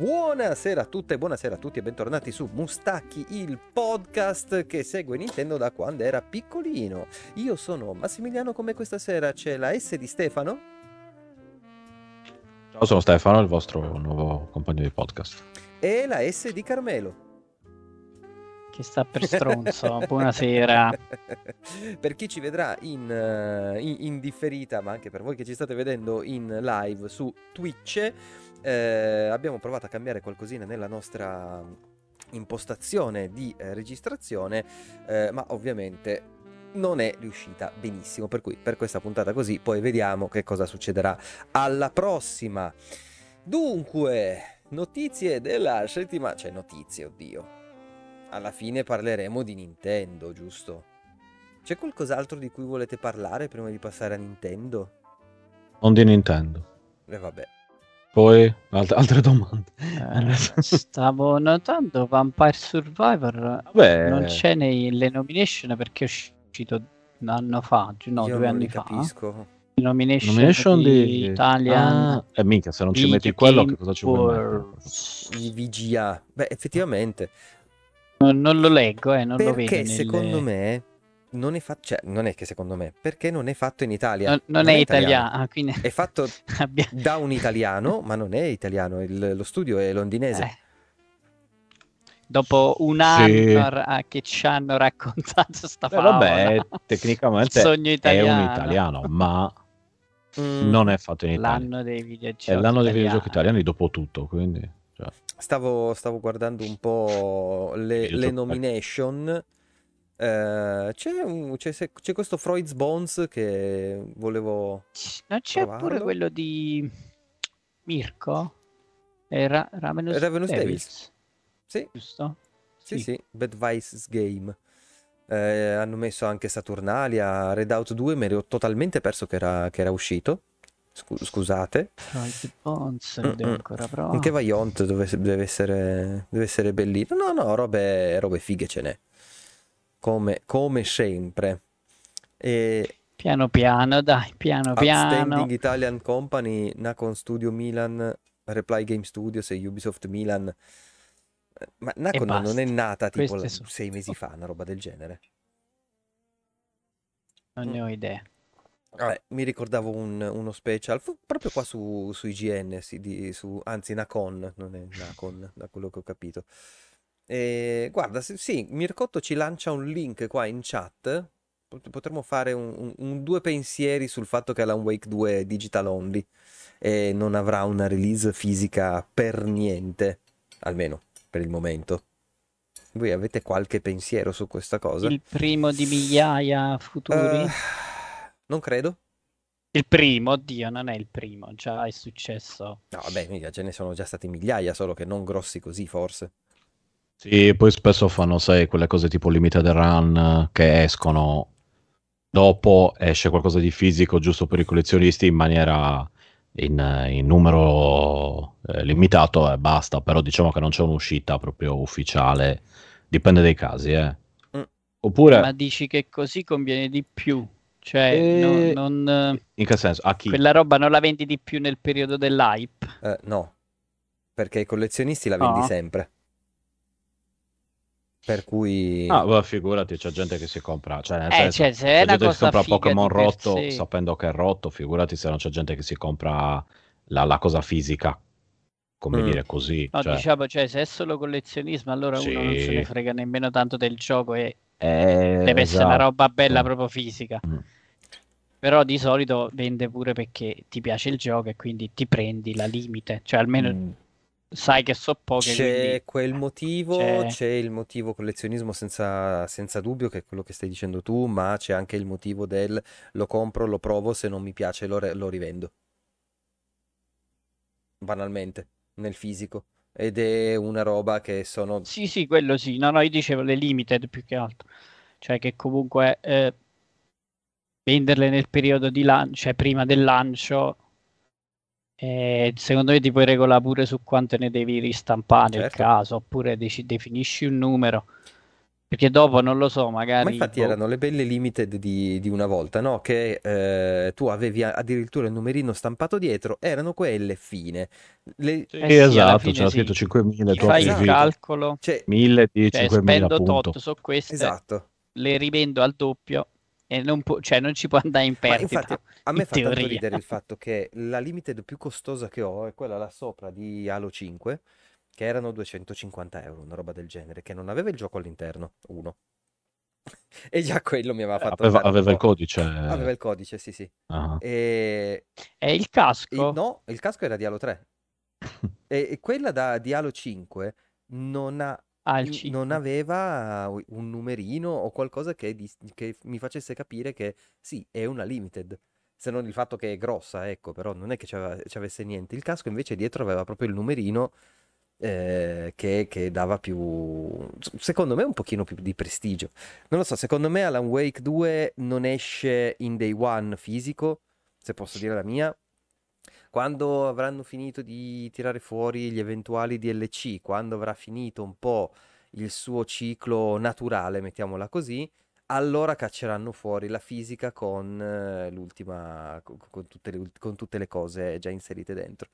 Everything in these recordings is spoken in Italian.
Buonasera a tutte, buonasera a tutti e bentornati su Mustacchi, il podcast che segue Nintendo da quando era piccolino. Io sono Massimiliano, come questa sera c'è la S di Stefano. Ciao, sono Stefano, il vostro nuovo compagno di podcast. E la S di Carmelo. Che sta per stronzo. Buonasera. Per chi ci vedrà in differita, ma anche per voi che ci state vedendo in live su Twitch, abbiamo provato a cambiare qualcosina nella nostra impostazione di registrazione, ma ovviamente non è riuscita benissimo, per cui per questa puntata così, poi vediamo che cosa succederà alla prossima. Dunque, notizie della settimana, cioè notizie, oddio. Alla fine parleremo di Nintendo, giusto? C'è qualcos'altro di cui volete parlare prima di passare a Nintendo? Non di Nintendo. Vabbè. Poi altre domande. Stavo notando Vampire Survivor. Vabbè. Non c'è nelle nomination perché è uscito un anno fa, no, Io 2 non anni li fa. capisco. Nomination di Italian. Minchia, se non ci metti Video quello, Game che cosa ci vuoi mettere? Awards. I VGA. Beh, effettivamente. Non lo leggo, non lo vedo. Perché secondo me non è fatto. Cioè, non è che secondo me. Perché non è fatto in Italia? Non è italiano. Quindi... È fatto da un italiano, ma non è italiano. Lo studio è londinese. Dopo un anno che ci hanno raccontato sta favola. Vabbè, tecnicamente Sogno è un italiano, ma non è fatto in Italia. L'anno dei videogiochi è l'anno dei italiani. videogiochi italiani dopo tutto, quindi... Cioè. Stavo guardando un po' le nomination. C'è questo Freud's Bones che volevo. Non c'è pure quello di Mirko? Ravenous Devils. Sì. Giusto? Sì. Bad Vice Game. Hanno messo anche Saturnalia, Redout 2, mi ero totalmente perso che era uscito. Scusate. Freud's Bones, lo devo ancora provare. Anche Valiant deve essere bellino. No, robe fighe ce n'è. Come sempre. Piano piano, dai, piano piano. Outstanding Italian Company, Nacon Studio Milan, Reply Game Studios e Ubisoft Milan. Ma Nacon non è nata tipo 6 mesi fa, una roba del genere. Non ne ho idea. Vabbè, mi ricordavo uno special proprio qua su IGN, anzi Nacon, non è Nacon, da quello che ho capito. Guarda, sì, Mircotto ci lancia un link qua in chat. Potremmo fare un due pensieri sul fatto che Alan Wake 2 è digital only e non avrà una release fisica per niente, almeno per il momento. Voi avete qualche pensiero su questa cosa? Il primo di migliaia futuri? Non credo. Il primo, oddio, non è il primo, già è successo. No, vabbè, mica ce ne sono già stati migliaia, solo che non grossi così, forse. Sì, poi spesso fanno, sai, quelle cose tipo limited run che escono dopo, esce qualcosa di fisico giusto per i collezionisti in maniera in numero limitato e basta, però diciamo che non c'è un'uscita proprio ufficiale, dipende dai casi, Oppure... Ma dici che così conviene di più? Cioè, non... In che senso? A chi? Quella roba non la vendi di più nel periodo dell'hype? No, perché ai collezionisti la vendi sempre. Per cui... figurati, c'è gente che si compra, cioè nel senso, se è una gente che si compra Pokémon rotto sé. sapendo che è rotto, figurati se non c'è gente che si compra la cosa fisica, come dire così. No, diciamo, se è solo collezionismo, allora uno non se ne frega nemmeno tanto del gioco e deve essere una roba bella proprio fisica. Però di solito vende pure perché ti piace il gioco e quindi ti prendi la limite, cioè almeno sai che so poche. C'è quel motivo, c'è il motivo collezionismo senza dubbio, che è quello che stai dicendo tu, ma c'è anche il motivo del lo compro, lo provo, se non mi piace lo rivendo. Banalmente, nel fisico. Ed è una roba che sono... Sì, quello sì. No, io dicevo le limited più che altro. Cioè che comunque venderle nel periodo di lancio, cioè prima del lancio, secondo me ti puoi regolare pure su quante ne devi ristampare nel caso, oppure definisci un numero Perché dopo non lo so, Ma magari infatti erano le belle limited di una volta, no? Che tu avevi addirittura il numerino stampato dietro, erano quelle fine. Le... Sì, eh sì, alla esatto, fine c'era scritto sì. 5.000 Ti fai tot il di Esatto. calcolo, Cioè, 1000 di cioè 5.000 spendo tot punto. su queste, esatto. le rivendo al doppio e cioè, non ci può andare in Ma infatti perdita, a me in fa tanto teoria. ridere il fatto che la limited più costosa che ho è quella là sopra di Halo 5, che erano 250 euro, una roba del genere, che non aveva il gioco all'interno, uno. E già quello mi aveva fatto Aveva, andare un aveva il po'. codice. Aveva il codice, sì, sì. Ah. E... E il casco No, il casco era di Halo 3. E quella di Halo 5 non ha, al non 5. aveva un numerino o qualcosa che mi facesse capire che sì, è una limited. Se non il fatto che è grossa, ecco, però non è che c'avesse niente. Il casco invece dietro aveva proprio il numerino che dava più, secondo me, un pochino più di prestigio. Non lo so, secondo me Alan Wake 2 non esce in day one fisico, se posso dire la mia. Quando avranno finito di tirare fuori gli eventuali DLC, quando avrà finito un po' il suo ciclo naturale, mettiamola così, allora cacceranno fuori la fisica con l'ultima, con tutte le cose già inserite dentro.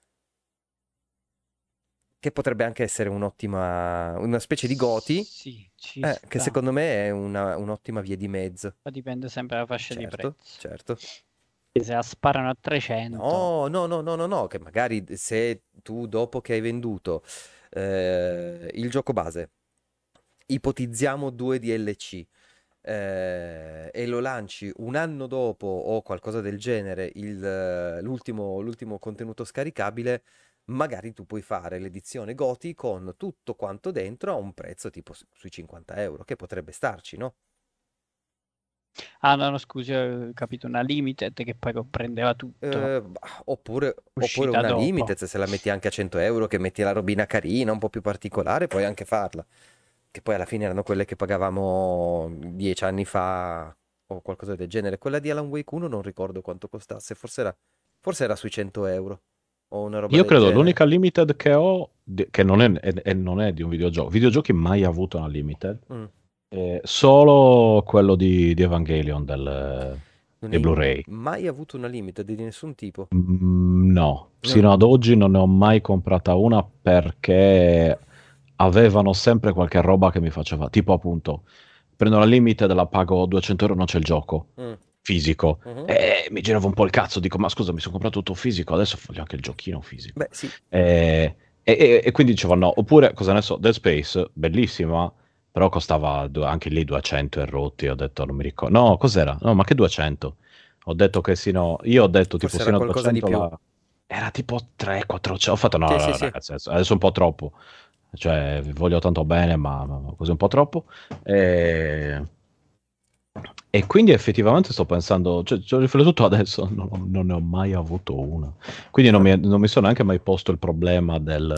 Che potrebbe anche essere una specie di Goti, Sì, ci che sta. secondo me è un'ottima via di mezzo. Ma dipende sempre dalla fascia di Certo, prezzo. certo. Se la sparano a 300, No, no, no, no, no, no, che magari se tu dopo che hai venduto il gioco base, ipotizziamo due DLC, e lo lanci un anno dopo o qualcosa del genere, l'ultimo contenuto scaricabile, magari tu puoi fare l'edizione GOTY con tutto quanto dentro a un prezzo tipo sui 50 euro, che potrebbe starci, no? ah no, no, scusi, ho capito, una limited che poi comprendeva tutto, Oppure uscita una dopo. limited, se la metti anche a 100 euro, che metti la robina carina, un po' più particolare, puoi anche farla. Che poi alla fine erano quelle che pagavamo 10 anni fa o qualcosa del genere. Quella di Alan Wake 1 non ricordo quanto costasse, forse era sui 100 euro o una roba Io del credo genere. l'unica limited che ho, che non è di un videogioco, videogiochi mai avuto una limited, Mm. è solo quello di Evangelion Non dei hai Blu-ray. mai avuto una limited di nessun tipo? No, No. sino ad oggi non ne ho mai comprata una perché avevano sempre qualche roba che mi faceva, tipo appunto, prendo la limited, la pago 200 euro, non c'è il gioco Mm. fisico. Mhm. E mi girava un po' il cazzo, dico, ma scusa, mi sono comprato tutto fisico, adesso voglio anche il giochino fisico. Beh, sì. E quindi dicevo no, oppure cosa ne so, Dead Space, bellissima, però costava anche lì 200 e rotti, ho detto non mi ricordo, no, cos'era? No, ma che 200? Ho detto che sino, io ho detto tipo Forse era sino a qualcosa di 200 più. era tipo 3-400, ho fatto no, Sì, no, sì, no, sì. ragazzi, adesso è un po' troppo, cioè vi voglio tanto bene, ma così un po' troppo. E... E quindi effettivamente sto pensando, cioè, ci ho riflettuto adesso, non ne ho mai avuto una. Quindi non Ah, mi sono neanche mai posto il problema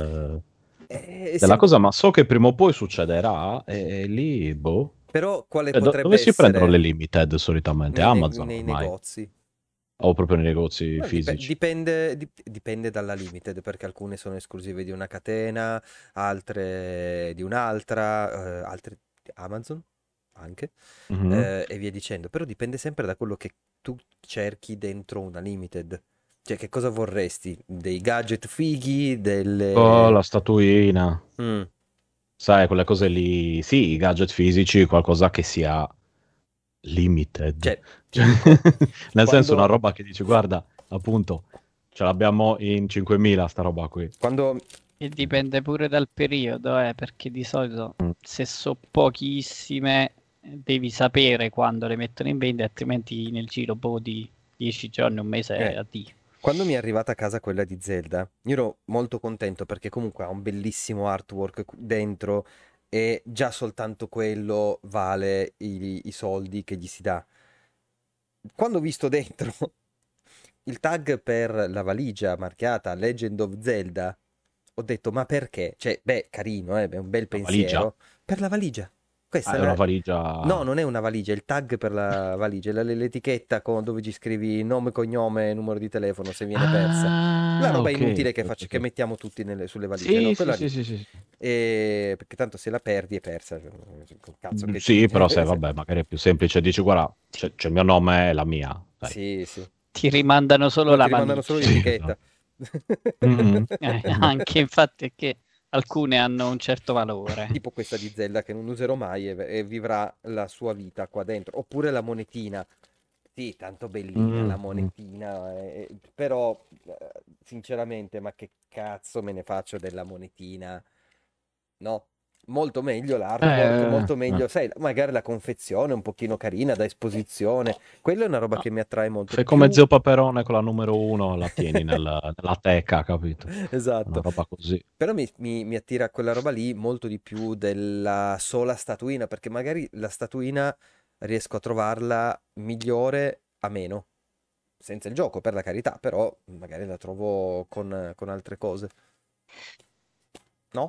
della sem- cosa, ma so che prima o poi succederà e lì, boh. Però quale Cioè, dove potrebbe si prendono le essere limited solitamente? nei, ne- Amazon nei ormai, negozi? o proprio nei negozi Ma fisici. dipende dalla limited, perché alcune sono esclusive di una catena, altre di un'altra, altre di Amazon anche, Mhm. e via dicendo. Però dipende sempre da quello che tu cerchi dentro una limited. Cioè, che cosa vorresti? Dei gadget fighi, Oh, delle... la statuina. Mm, Sai, quelle cose lì, sì, i gadget fisici, qualcosa che sia limited. cioè, ti Cioè, dico, nel senso, una quando, roba che dici, guarda, appunto, ce l'abbiamo in 5.000 sta roba qui. quando E dipende pure dal periodo, perché di solito Mm. se so pochissime devi sapere quando le mettono in vendita, altrimenti nel giro boh, di 10 giorni, un mese Eh, addio. quando mi è arrivata a casa quella di Zelda, io ero molto contento perché comunque ha un bellissimo artwork dentro e già soltanto quello vale i soldi che gli si dà. Quando ho visto dentro il tag per la valigia marchiata Legend of Zelda, ho detto ma perché? Cioè, beh, carino, è un bel La valigia? pensiero. Per la valigia. Questa è una valigia. No, non è una valigia, è il tag per la valigia, l'etichetta dove ci scrivi nome, cognome, numero di telefono se viene persa. La roba Ok, inutile che, ok, che ok. mettiamo tutti sulle valigie, no? Sì, sì, Quella lì. sì, sì, sì. Perché tanto se la perdi è persa. Col cazzo che ci... Sì, però se vabbè, magari è più semplice, dici guarda, c'è il mio nome e la mia, sai. Sì, sì. Ti rimandano solo No, ti la rimandano solo valigia. Sì, l'etichetta. esatto. Mhm. Anche infatti è che alcune hanno un certo valore. Tipo questa di Zelda che non userò mai e vivrà la sua vita qua dentro. Oppure la monetina. Sì, tanto bellina la Mhm. monetina, però sinceramente, ma che cazzo me ne faccio della monetina? No, molto meglio l'artwork, molto Eh. meglio, sai, magari la confezione un pochino carina da esposizione. Quella è una roba No, che mi attrae molto fai come più. Zio Paperone con la numero uno, la tieni nella teca, capito? Una Esatto. roba così. Però mi attira quella roba lì molto di più della sola statuina, perché magari la statuina riesco a trovarla migliore a meno, senza il gioco, per la carità, però magari la trovo con altre cose, no?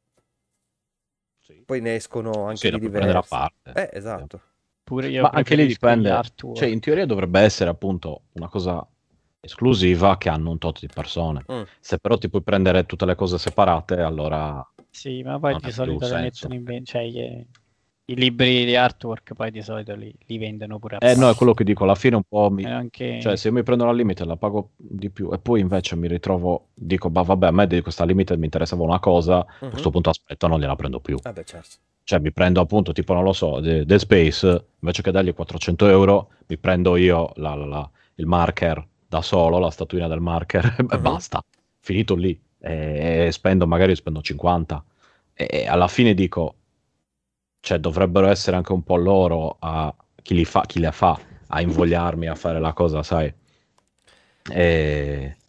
Sì, Poi ne escono sì, anche sì, di la puoi prendere a diversi. parte. Sì. Esatto. Pure io Ma anche lì preferisco gli dipende, cioè in artwork. teoria dovrebbe essere appunto una cosa esclusiva che hanno un tot di persone. Mm. Se però ti puoi prendere tutte le cose separate, allora Sì, ma poi non di ha più solito le senso. mettono cioè i libri di artwork poi di solito li vendono pure a No, è quello parte. che dico, alla fine un po' E Cioè, anche... se io mi prendo la Limited la pago di più e poi invece mi ritrovo, dico, bah vabbè, a me di questa Limited mi interessava una cosa, a Mhm. questo punto aspetta, non gliela prendo più. Vabbè, certo. Cioè, mi prendo appunto, tipo, non lo so, Dead Space, invece che dargli 400 euro, mi prendo io il marker da solo, la statuina del marker, e Mhm. basta. Finito lì. E magari spendo 50. E alla fine dico, cioè, dovrebbero essere anche un po' loro a chi le fa, a invogliarmi a fare la cosa, sai. E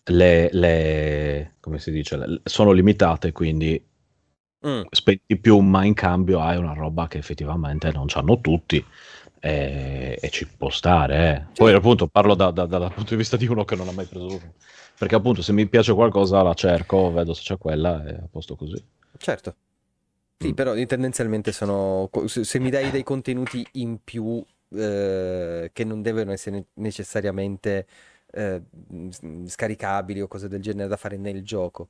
come si dice, sono limitate, quindi Mm. spendi più, ma in cambio hai una roba che effettivamente non c'hanno tutti e ci può stare. Poi Sì, appunto parlo dal punto di vista di uno che non ha mai preso uno. Perché appunto se mi piace qualcosa la cerco, vedo se c'è quella e a posto così. certo. Sì, Mm. però tendenzialmente sono... Se mi dai dei contenuti in più che non devono essere necessariamente scaricabili o cose del genere da fare nel gioco.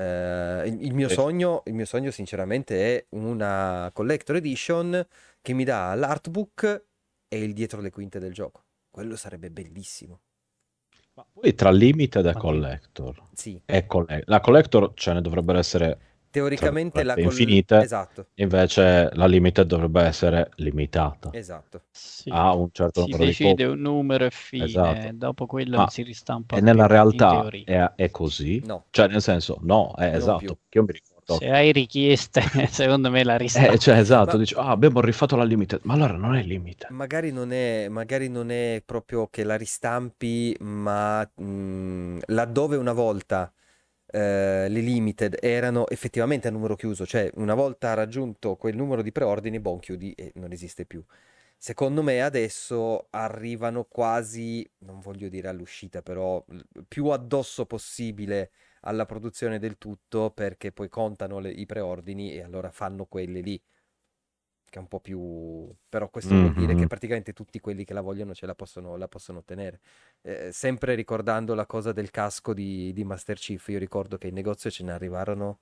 Sì. Il mio sogno sinceramente è una Collector Edition che mi dà l'artbook e il dietro le quinte del gioco. Quello sarebbe bellissimo. Ma poi tra Limited e Oddio. Collector, Sì, la Collector ce ne dovrebbero essere, tra teoricamente virgolette, infinite, Esatto, e invece la Limited dovrebbe essere limitata esatto. Sì, a un certo si numero di decide copie. un numero e fine, Esatto. dopo quello non Ma si ristampa e nella più, in realtà teoria. è così? No, Cioè, nel senso, no, è non più. esatto, perché io mi ricordo. Se hai richieste, secondo me la Cioè, ristampi. esatto, Ma dici, abbiamo rifatto la limited, ma allora non è limited. magari non è proprio che la ristampi, ma laddove una volta le limited erano effettivamente a numero chiuso, cioè una volta raggiunto quel numero di preordini, boh, chiudi e non esiste più. Secondo me adesso arrivano quasi, non voglio dire all'uscita, però più addosso possibile alla produzione del tutto perché poi contano i preordini e allora fanno quelle lì che è un po' più... Però questo vuol dire che Mhm. praticamente tutti quelli che la vogliono la possono ottenere. Sempre ricordando la cosa del casco di Master Chief, io ricordo che in negozio ce ne arrivarono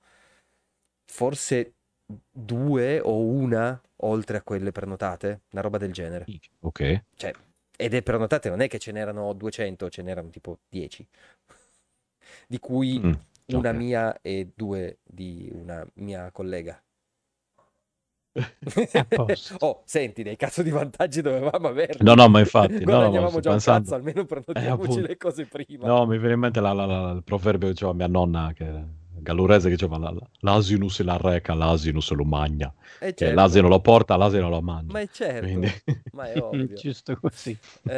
forse due o una oltre a quelle prenotate, una roba del genere. Ok. Cioè, ed è prenotate, non è che ce n'erano 200, ce n'erano tipo 10, di cui Mm, una ok. mia e due di una mia collega. È a posto. Oh, senti, dei cazzo di vantaggi dovevamo No, averli. no, ma infatti, no, no, ma Guadagnavamo sto già un cazzo, pensando, almeno prenotiamoci appunto, le cose prima. no, mi viene in mente il proverbio che diceva mia nonna, gallurese, che diceva l'asinus la reca, l'asinus lo magna, E che certo, l'asino lo porta, l'asino lo ma mangia, è quindi... certo, ma è ovvio. Giusto così.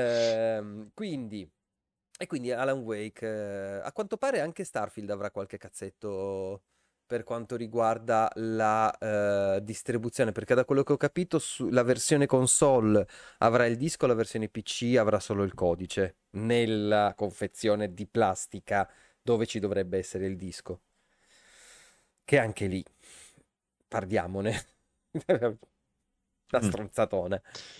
Quindi, e quindi Alan Wake, a quanto pare anche Starfield avrà qualche cazzetto per quanto riguarda la distribuzione, perché da quello che ho capito, la versione console avrà il disco, la versione PC avrà solo il codice nella confezione di plastica dove ci dovrebbe essere il disco. Che anche lì, parliamone. Una stronzatona.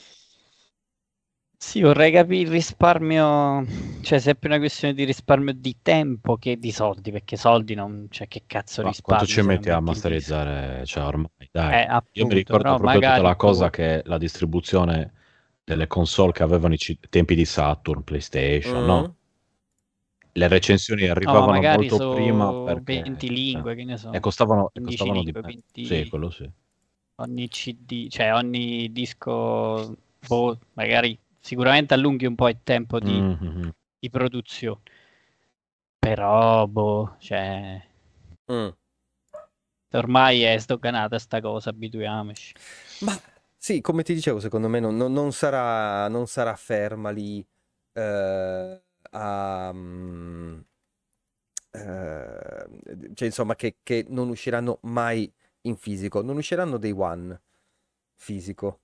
Sì, vorrei capire il risparmio, cioè se è più una questione di risparmio di tempo che di soldi, perché soldi non, cioè che cazzo Ma quanto risparmi ci se non metti a metti il disco? masterizzare? Cioè, ormai, dai. Io mi Appunto, ricordo però proprio tutta magari la cosa che la distribuzione delle console che avevano i tempi di Saturn, PlayStation, no? Mm. Le recensioni no, ma arrivavano magari molto prima su 20 perché lingue, che ne e so, costavano 15 di lingue, meno. Sì, 20 quello sì. ogni CD, cioè ogni disco, boh, magari sicuramente allunghi un po' il tempo Mm-hmm. di produzione, però, boh, cioè, Mm. ormai è sdoganata sta cosa, abituiamoci. Ma sì, come ti dicevo, secondo me non sarà ferma lì a... cioè, insomma, che non usciranno mai in fisico. Non usciranno dei one fisico.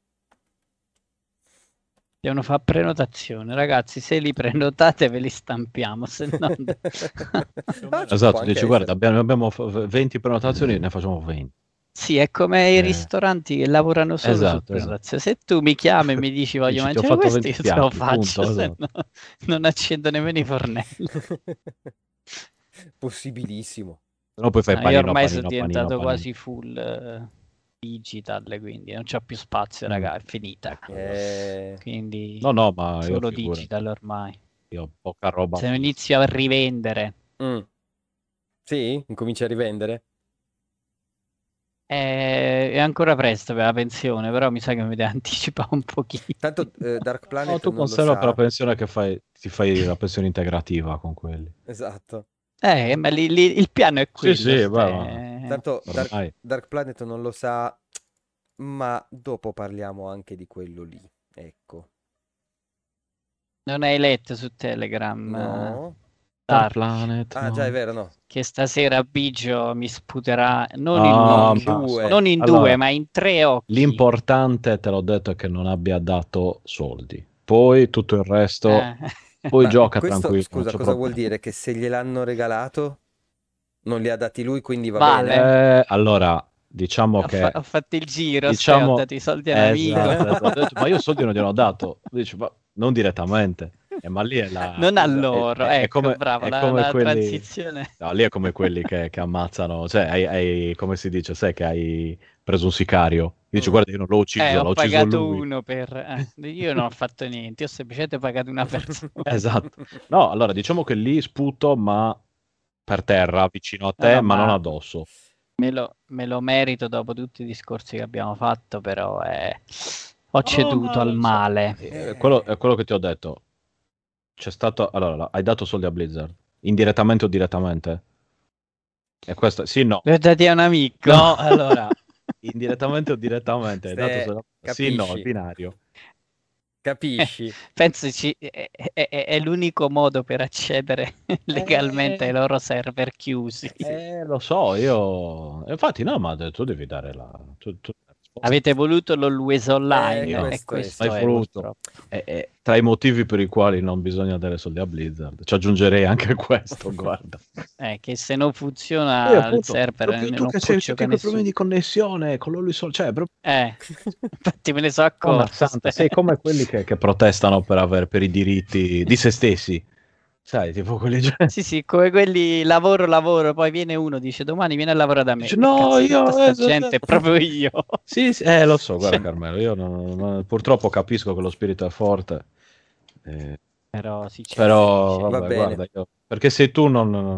Devono fare prenotazione, ragazzi, se li prenotate ve li stampiamo, se no... Può Esatto, anche dici guarda, essere. abbiamo 20 prenotazioni, ne facciamo 20. Sì, è come i Eh, ristoranti che lavorano solo su esatto. prenotazione. Se tu mi chiami e mi dici voglio Dici ti ho mangiare fatto questo, 20 io te lo piatti, faccio, punto, se esatto. no non accendo nemmeno i fornelli. Possibilissimo. No, poi fai No, io panino, ormai sono panino, panino, diventato panino. quasi full digital, quindi non c'ho più spazio, Mm. raga, è finita. No, Quindi no, ma io solo figurati. digital ormai. Io ho poca roba Se non fisica. inizio a rivendere, Mm. Sì? Incominci a rivendere? è ancora presto per la pensione, però mi sa che mi devo anticipare un pochino. Tanto Dark No, Planet tu non lo conserva per la sa. pensione che fai, ti fai la pensione integrativa con quelli. Esatto. Ma il piano è Sì, quello. sì, beh, ma Tanto ormai. Dark Planet non lo sa, ma dopo parliamo anche di quello lì. Ecco. Non hai letto su Telegram, No. Dark Dark, Planet, Ah, già, è no. vero, no. che stasera Bigio mi sputerà non in un Ah, In occhio, due. non in due, allora, ma in tre occhi. l'importante, te l'ho detto, è che non abbia dato soldi. Poi tutto il resto, Eh. poi Ma gioca questo, tranquillo, non scusa, c'è cosa vuol problema. dire? Che se gliel'hanno regalato, non li ha dati lui, quindi va bene? Vale. Allora, diciamo che, Ho fatto il giro, ho diciamo, dato i soldi a un amico. esatto, esatto. Ho detto, ma io soldi non gliene ho dato. Dice, ma non direttamente. Ma lì è la, Non a loro, è ecco, bravo, è la, come la quelli, transizione. no, lì è come quelli che ammazzano, cioè, come si dice, sai che hai preso un sicario. Dici, Mm. guarda, io non l'ho ucciso, Ho l'ha ucciso pagato lui. uno per... io non ho fatto niente, io ho semplicemente pagato una persona. Esatto. No, allora, diciamo che lì sputo, ma per terra, vicino a No, te, no, ma non ma addosso. me lo merito dopo tutti i discorsi che abbiamo fatto, però ho No, ceduto ma al male. è quello che ti ho detto. C'è stato. Allora, hai dato soldi a Blizzard? Indirettamente o direttamente? E questo, sì, no. Li ho dati a un amico. No, allora, indirettamente o direttamente? Hai dato Se soldi sì, no, il capisci, binario. capisci. Penso è l'unico modo per accedere legalmente ai Eh, loro server chiusi. Sì. lo so, io. Infatti, no, ma tu devi dare la risposta. Avete voluto l'Always Online Io e Questo è hai questo è sì. voluto. purtroppo. Tra i motivi per i quali non bisogna dare soldi a Blizzard, ci aggiungerei anche questo, guarda. Che se non Poi funziona il appunto, server proprio tu non che può c'hai giocare quei problemi nessuno. di connessione con l'Oli cioè, proprio Infatti me ne so Madonna accorto. santa, sei come quelli che protestano per i diritti di se stessi. Sai, tipo quelli Sì, sì, come quelli lavoro, poi viene uno, dice domani viene a lavorare da me. dice, E no, cazzo, tutta io sta gente è proprio io. sì, sì, lo so, guarda Cioè, Carmelo, io purtroppo capisco che lo spirito è forte. eh, però sì, c'è da dire, Però, c'è Va vabbè, da bene. guarda, perché sei tu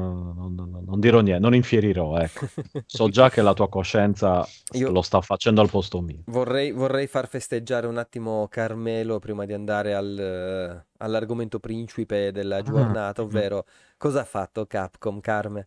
non dirò niente, non infierirò, ecco. So già che la tua coscienza Io lo sta facendo al posto mio. vorrei far festeggiare un attimo Carmelo prima di andare all'argomento principe della Ah, giornata, ovvero cosa ha fatto Capcom, Carme?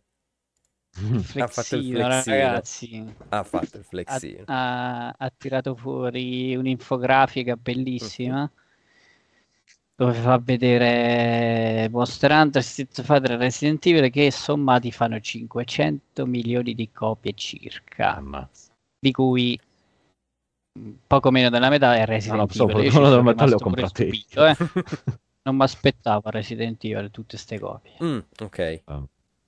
Ha fatto il flexino, flexino. ragazzi. Ha fatto il Ha, flexino. ha tirato fuori un'infografica Mhm. bellissima dove fa vedere Monster Hunter, Street Fighter e Resident Evil che sommati fanno 500 milioni di copie circa, Ammazza. di cui poco meno della metà è No, no, Resident Evil. Io ci uno della sono metà le ho rimasto pure comprate stupito, io. Non mi aspettavo Resident Evil tutte ste copie. Ok. Ah,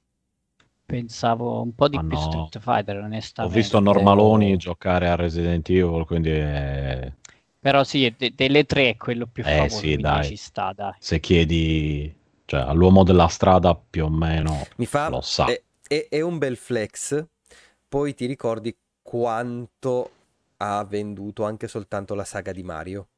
Pensavo un po' ma di più no, Street Fighter, ho visto onestamente. Normaloni Oh. giocare a Resident Evil, quindi Però sì, delle tre è quello più famoso, sì, dai. ci sta, dai. Se chiedi, cioè, all'uomo della strada più o meno Mi fa... lo sa. È un bel flex, poi ti ricordi quanto ha venduto anche soltanto la saga di Mario?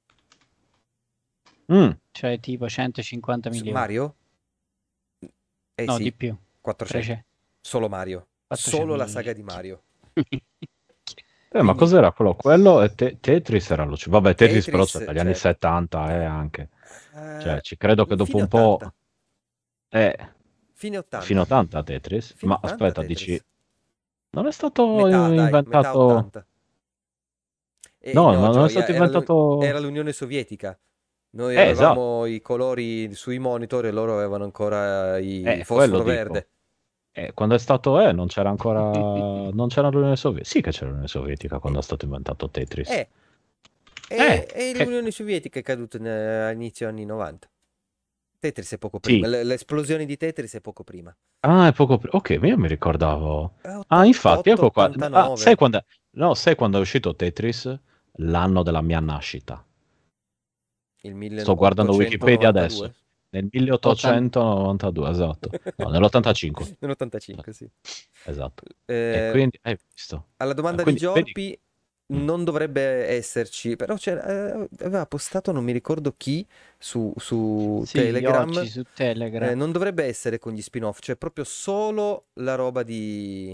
Cioè tipo 150 milioni. Mario? No, Sì, di più. 400. 300. Solo Mario. 400 Solo la milioni. saga di Mario. Ma Quindi cos'era quello? Quello e Tetris era allucinante. Vabbè, Tetris però c'è Tetris, dagli anni certo. 70 anche. Cioè, ci credo che dopo Fine un po'... 80. Fine Fino a 80. 80 Tetris? Fine Ma 80 aspetta, dici... Tetris. Non è stato Metà, dai, metà inventato... 80. No, No, non è Gioia, stato inventato... era l'Unione Sovietica. Noi Esatto. avevamo i colori sui monitor e loro avevano ancora il Quello fosforo dico. verde. Quando è stato non c'era ancora... Non c'era l'Unione Sovietica. Sì che c'era l'Unione Sovietica quando è stato inventato Tetris. Eh, e Che... l'Unione Sovietica è caduta all'inizio anni 90. Tetris è poco prima. Sì. L'esplosione di Tetris è poco prima. Ah, è poco... Ok, io mi ricordavo... Ah, infatti, 88, ecco qua. Ah, 89. sai quando è uscito Tetris? L'anno della mia nascita. Il Sto guardando Wikipedia 1892? adesso. Nel 1892, esatto. No, nell'85. Nell'85, sì. Esatto. E quindi, hai visto? Alla domanda di Quindi, vedi... Giorpi non dovrebbe esserci, però aveva postato, non mi ricordo chi, su Sì, Telegram. oggi su Telegram. Non dovrebbe essere con gli spin-off, cioè proprio solo la roba di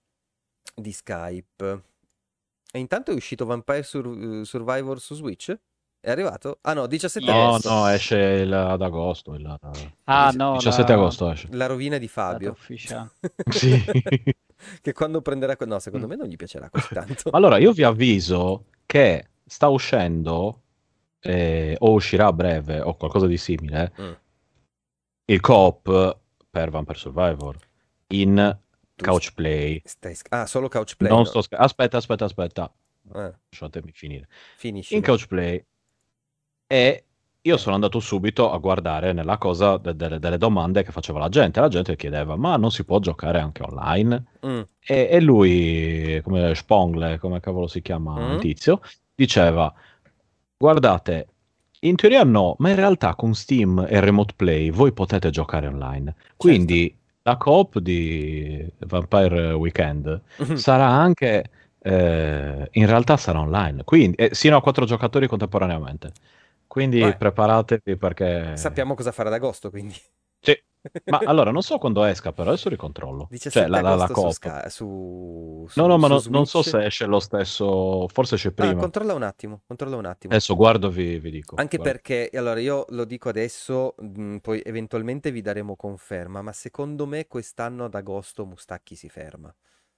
Skype. E intanto è uscito Vampire Survivor su Switch? È arrivato? Ah no, 17 No, agosto. Yes. esce ad agosto. Ah no, 17 agosto esce. La rovina di data Fabio. ufficiale. Sì. Che quando prenderà... No, secondo me non gli piacerà così tanto. Allora, io vi avviso che sta uscendo, o uscirà a breve, o qualcosa di simile, Mm. il co-op per Vampire Survivor in Tu Couch Play. solo Couch Play, Non no? sto aspetta. Eh, Lasciatemi finire. In finiscilo. Couch Play. E io sono andato subito a guardare nella cosa delle domande che faceva la gente. La gente chiedeva, ma non si può giocare anche online? Mm. E lui, come Spongle, come cavolo si chiama il Mm. tizio, diceva, guardate, in teoria no, ma in realtà con Steam e Remote Play voi potete giocare online. Certo. Quindi la coop di Vampire Weekend sarà anche, in realtà sarà online, quindi, sino a 4 giocatori contemporaneamente. Quindi Beh, preparatevi perché... sappiamo cosa fare ad agosto, quindi. Sì, ma allora non so quando esca, però adesso ricontrollo. Cioè 17 la agosto coop. su No, ma su non so Switch. se esce lo stesso, forse esce Ah, prima. controlla un attimo, controlla un attimo. Adesso guardo e vi dico. Anche Guarda. perché, allora io lo dico adesso, poi eventualmente vi daremo conferma, ma secondo me quest'anno ad agosto Mustacchi si ferma.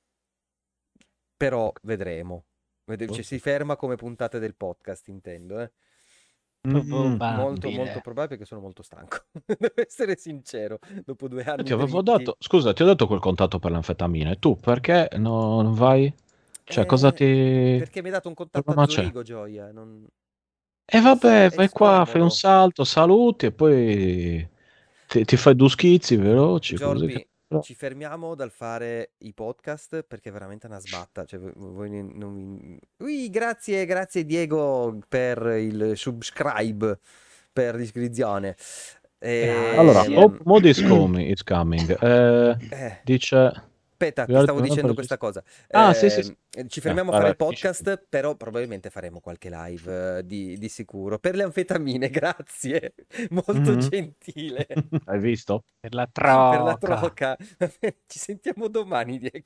Però Ok. vedremo. Cioè, si Ok. ferma come puntate del podcast, intendo, eh. Molto, molto Probabile. probabile perché sono molto stanco. Devo essere sincero, dopo 2 Io ti anni avevo dritti. dato, scusa, ti ho dato quel contatto per le anfetamine. Tu perché non vai? Cioè, cosa ti... Perché mi hai dato un contatto a problema c'è? Zurigo, Gioia. Non... E vabbè, È vai qua, fai un scomodo. salto, saluti e poi ti fai due schizzi veloci, così che... Giorbi, ci fermiamo dal fare i podcast perché è veramente una sbatta. Cioè, Ui, grazie, grazie Diego per il subscribe, per l'iscrizione. Allora, Grazie. Modi is coming. Eh, Dice... Aspetta, We ti are stavo not dicendo questa registered. cosa. Ah, sì. Ci fermiamo a Vai, fare vai, il finisci. podcast, però probabilmente faremo qualche live di sicuro. Per le anfetamine, grazie. Molto Mhm. gentile. Hai visto? Per la Per la troca. troca. Ci sentiamo domani, Diego.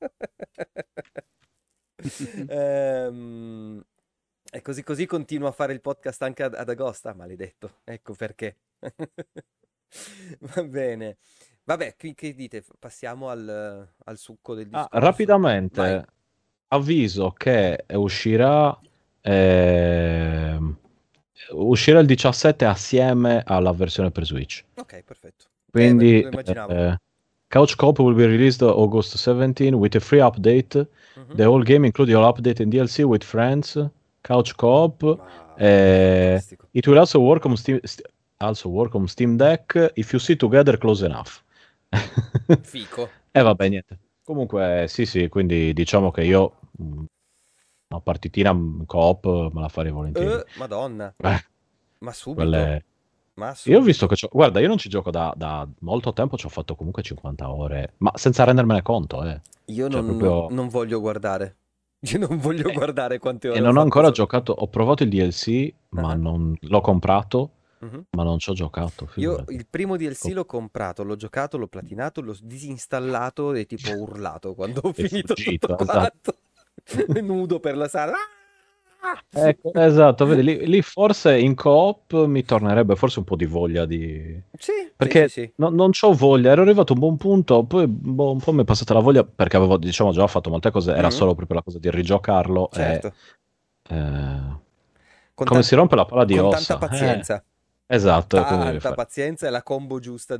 E così continuo a fare il podcast anche ad agosto. Ah, maledetto. Ecco perché. Va bene. Vabbè, che dite? Passiamo al succo del discorso. Vai. Rapidamente, avviso che uscirà il 17 assieme alla versione per Switch. Ok, perfetto. Quindi Lo immaginavo. Couch Co-op will be released August 17 with a free update. Mhm. The whole game, including all update and DLC with friends. Couch Co-op. Ma fantastico. It will also work on Steam Deck if you sit together close enough. Fico. E vabbè, niente. Comunque, sì, quindi diciamo che io una partitina co-op me la farei volentieri. Madonna, Eh, ma subito, quelle... ma Io ho visto subito. che guarda, io non ci gioco da molto tempo, ci ho fatto comunque 50 ore, ma senza rendermene conto, eh. Io Cioè proprio... non voglio guardare. Io non voglio E, guardare quante e ore ho non ho fatto ancora solo. giocato, ho provato il DLC, ma Ah, non l'ho comprato, mhm. ma non ci ho giocato, Io figurati. il primo DLC Co- l'ho comprato, l'ho giocato, l'ho platinato, l'ho disinstallato e tipo ho urlato quando ho È finito tutto fuggito, esatto. quanto. Nudo per la sala. Ah! Ecco, esatto, vedi, lì forse in co-op mi tornerebbe forse un po' di voglia di... Sì, sì, sì, Perché sì. non c'ho voglia, ero arrivato a un buon punto, poi boh, un po' mi è passata la voglia perché avevo, diciamo, già fatto molte cose, era Mhm, solo proprio la cosa di rigiocarlo e... certo. eh, Con, come si rompe la palla di con tanta ossa. pazienza. Esatto, e quindi Tanta pazienza e la combo giusta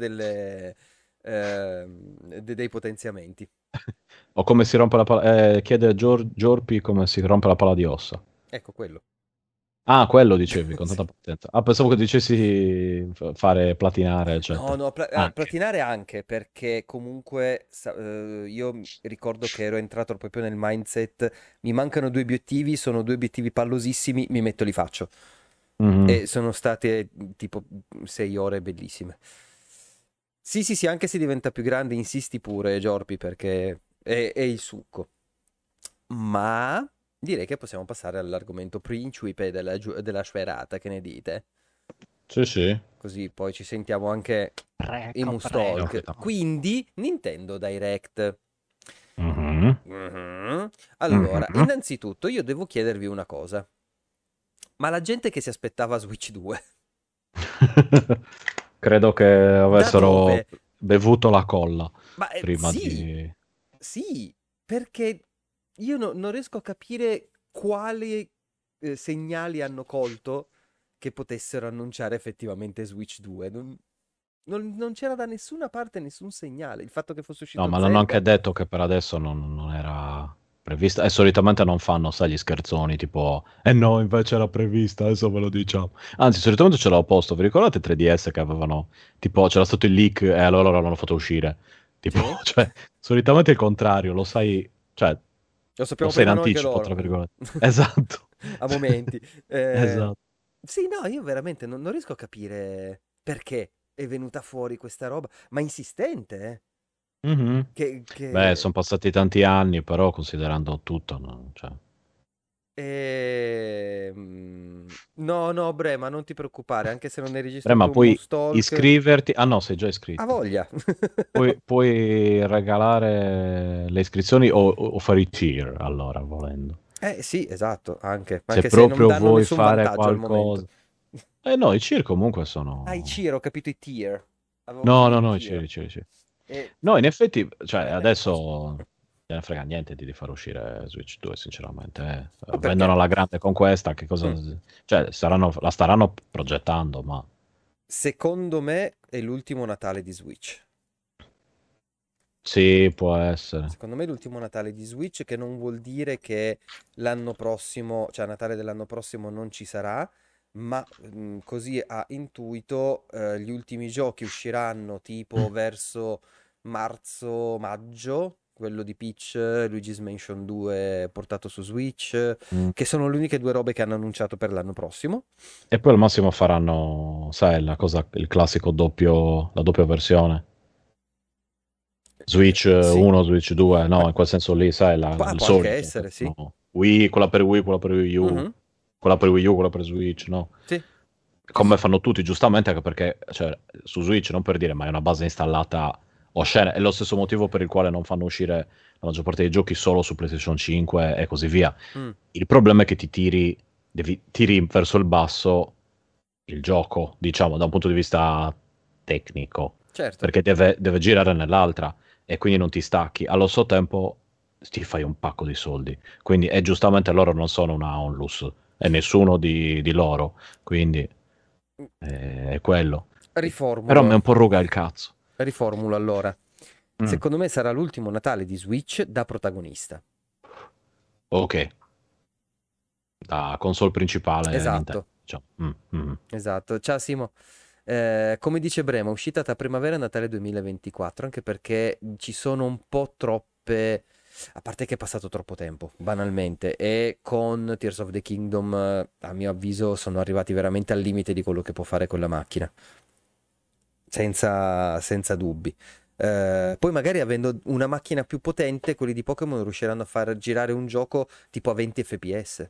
dei potenziamenti. o come si rompe la palla... chiede Giorpi come si rompe la palla di ossa. Ecco quello. Ah, quello dicevi, con Sì. tanta pazienza. Ah, pensavo che dicessi fare platinare, No, eccetera. no, Anche. platinare anche perché comunque io ricordo che ero entrato proprio nel mindset, mi mancano due obiettivi, sono due obiettivi pallosissimi, mi metto e li faccio. Mhm. E sono state tipo 6 ore bellissime. Sì, sì, sì, anche se diventa più grande, insisti pure, Giorpi, perché è il succo. Ma direi che possiamo passare all'argomento principe della sferata, che ne dite? Sì, sì. Così poi ci sentiamo anche i Prego, prego. Mustalk. Quindi, Nintendo Direct. Mhm. Mhm. Allora, Mhm. innanzitutto io devo chiedervi una cosa. Ma la gente che si aspettava Switch 2, Credo che da avessero dove? bevuto la colla Ma prima sì, di... sì, perché io non riesco a capire quali segnali hanno colto che potessero annunciare effettivamente Switch 2. Non c'era da nessuna parte nessun segnale. Il fatto che fosse No, uscito ma l'hanno Zelda. anche detto che per adesso non era prevista. E solitamente non fanno, sai, gli scherzoni, tipo, eh no, invece era prevista, adesso ve lo diciamo. Anzi, solitamente ce l'ho opposto. Vi ricordate 3DS che avevano, tipo, c'era stato il leak e allora l'hanno fatto uscire? Tipo, Sì, cioè, solitamente è il contrario, lo sai, cioè, lo lo sappiamo sai in prima noi che anticipo, tra loro. virgolette. Esatto. A momenti. Esatto. Sì, no, io veramente non riesco a capire perché è venuta fuori questa roba, ma insistente, eh. Mhm. Beh, Che... sono passati tanti anni, però considerando tutto, no? Cioè... No, no, Bre, ma non ti preoccupare, anche se non hai Ma registrato un puoi Mustalk, iscriverti. Ah no, sei già ha iscritto. voglia. Puoi regalare le iscrizioni o fare i tier, allora, volendo. Sì, esatto, Se anche se non proprio danno vuoi nessun fare vantaggio al momento. qualcosa. Eh no, i tier comunque Ah, i sono... Ciro, ho capito i tier. Avevo No, capito no, i no, i tier. tier, i tier, i tier. E... No, in effetti, cioè, adesso non ne frega niente di far uscire Switch 2, sinceramente. Ma Vendono perché? alla grande con questa, che cosa... Mm. Cioè, la staranno progettando, ma... Secondo me è l'ultimo Natale di Switch. Sì, può essere. Secondo me è l'ultimo Natale di Switch, che non vuol dire che l'anno prossimo, cioè a Natale dell'anno prossimo non ci sarà, ma così a intuito gli ultimi giochi usciranno tipo verso marzo-maggio, quello di Peach, Luigi's Mansion 2 portato su Switch, Mm. che sono le uniche due robe che hanno annunciato per l'anno prossimo. E poi al massimo faranno, sai, la cosa, il classico doppio, la doppia versione. Switch Sì, 1, Switch 2, no, ma in quel senso lì, sai, il può anche solito. essere, sì. No. Wii, quella per Wii U, Mhm, quella per Wii U, quella per Switch, no? sì, sì, Come sì. fanno tutti, giustamente, anche perché cioè, su Switch, non per dire, ma è una base installata oscena. È lo stesso motivo per il quale non fanno uscire la maggior parte dei giochi solo su PlayStation 5 e così via. Mm, Il problema è che tiri verso il basso il gioco, diciamo, da un punto di vista tecnico, certo. perché deve girare nell'altra e quindi non ti stacchi. Allo stesso tempo ti fai un pacco di soldi. Quindi, e giustamente loro non sono una onlus, e nessuno di loro, quindi è quello. Però mi è Riformulo. un po' ruga il cazzo. Riformulo allora. Mm, Secondo me sarà l'ultimo Natale di Switch da protagonista. ok, da console principale Nintendo. Esatto, Cioè, mm. esatto. Ciao Simo. Come dice Brema, uscita tra primavera e Natale 2024, anche perché ci sono un po' troppe. A parte che è passato troppo tempo, banalmente, e con Tears of the Kingdom, a mio avviso, sono arrivati veramente al limite di quello che può fare quella macchina, senza dubbi. Poi magari avendo una macchina più potente, quelli di Pokémon riusciranno a far girare un gioco tipo a 20 fps.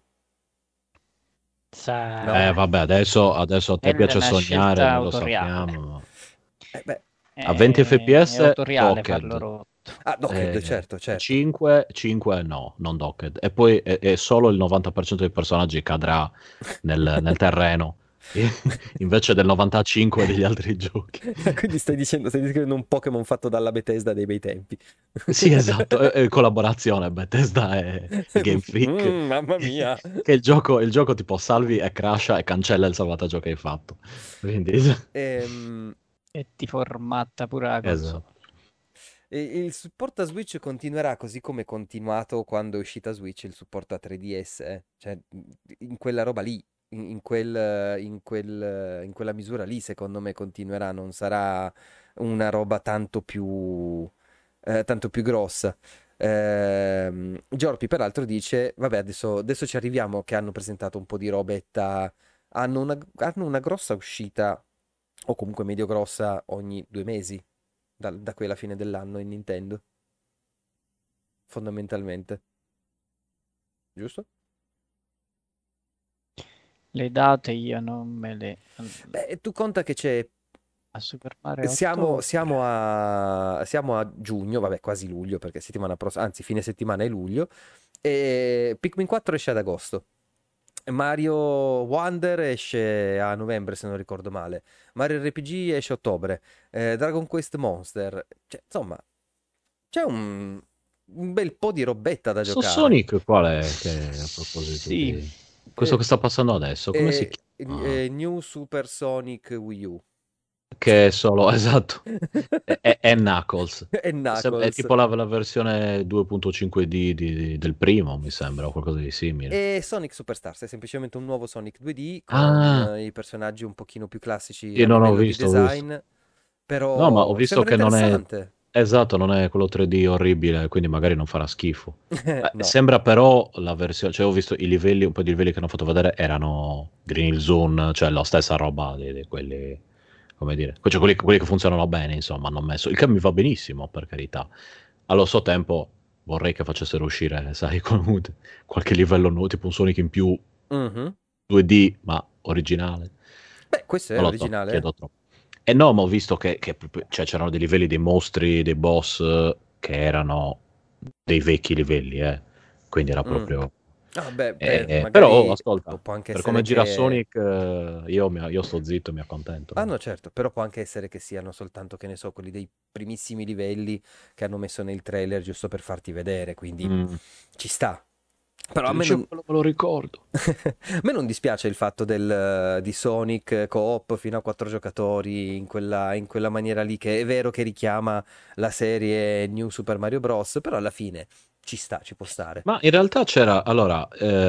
No? Vabbè, adesso a te Quella è piace una sognare, scelta noi lo autoriale. sappiamo. Beh. A 20 È fps autoriale farlo docked. rotto. Ah, Docked, certo. 5 no, non docked. E poi è solo il 90% dei personaggi cadrà nel terreno, invece del 95% degli altri giochi. Quindi stai descrivendo un Pokémon fatto dalla Bethesda dei bei tempi. Sì, esatto, è collaborazione Bethesda e Game Freak. Mamma mia. Che il gioco tipo salvi e crasha e cancella il salvataggio che hai fatto. Quindi, Ehm, E ti formatta pure la console. esatto. il supporto a Switch continuerà così come è continuato quando è uscita Switch il supporto a 3DS, eh. Cioè, in quella roba lì, in quella misura lì, secondo me continuerà, non sarà una roba tanto più grossa. Giorpi peraltro dice, vabbè, adesso ci arriviamo che hanno presentato un po' di robetta, hanno una grossa uscita, o comunque medio grossa, ogni 2 mesi da qui alla fine dell'anno in Nintendo, fondamentalmente. Giusto? Le date io non me le... Beh, tu conta che c'è. A Super Mario Siamo, 8 siamo a giugno, vabbè, quasi luglio, perché settimana prossima, anzi, fine settimana è luglio. E Pikmin 4 esce ad agosto. Mario Wonder esce a novembre, se non ricordo male. Mario RPG esce a ottobre. Dragon Quest Monster. Cioè, insomma, c'è un bel po' di robetta da Sto giocare. Sonic qual è che a proposito sì, di questo che sta passando adesso? Come si chiama? New Super Sonic Wii U. Che è solo, esatto, è Knuckles. E È Knuckles. tipo la versione 2.5D del primo, mi sembra, o qualcosa di simile. E Sonic Superstars è semplicemente un nuovo Sonic 2D con Ah, i personaggi un pochino più classici sì, a non ho livello di visto, ho visto. design, No, ma ho però visto sembra che non è interessante. esatto, non è quello 3D orribile, quindi magari non farà schifo. No. Sembra però la versione, cioè ho visto i livelli, un po' di livelli che hanno fatto vedere erano Green Hill Zone, cioè la stessa roba di quelli, come dire, cioè quelli che funzionano bene, insomma, hanno messo, il che mi va benissimo, per carità. Allo stesso tempo vorrei che facessero uscire, sai, qualche livello nuovo, tipo un Sonic in più Mhm. 2D, ma originale. Beh, questo è Non lo so, originale. chiedo troppo. E no, ma ho visto che cioè, c'erano dei livelli dei mostri, dei boss che erano dei vecchi livelli, eh. Quindi era Mm. proprio. Ah, beh, Però, magari ascolta, può anche per essere come gira che. Sonic, io sto zitto e mi Ah, accontento. no, certo, però può anche essere che siano soltanto, che ne so, quelli dei primissimi livelli che hanno messo nel trailer giusto per farti vedere, quindi Mm. ci sta. Però a Ti me dicevo, non. me lo ricordo. A me non dispiace il fatto di Sonic co-op fino a 4 giocatori in quella maniera lì, che è vero che richiama la serie New Super Mario Bros., però alla fine ci sta, ci può stare. Ma in realtà c'era, allora,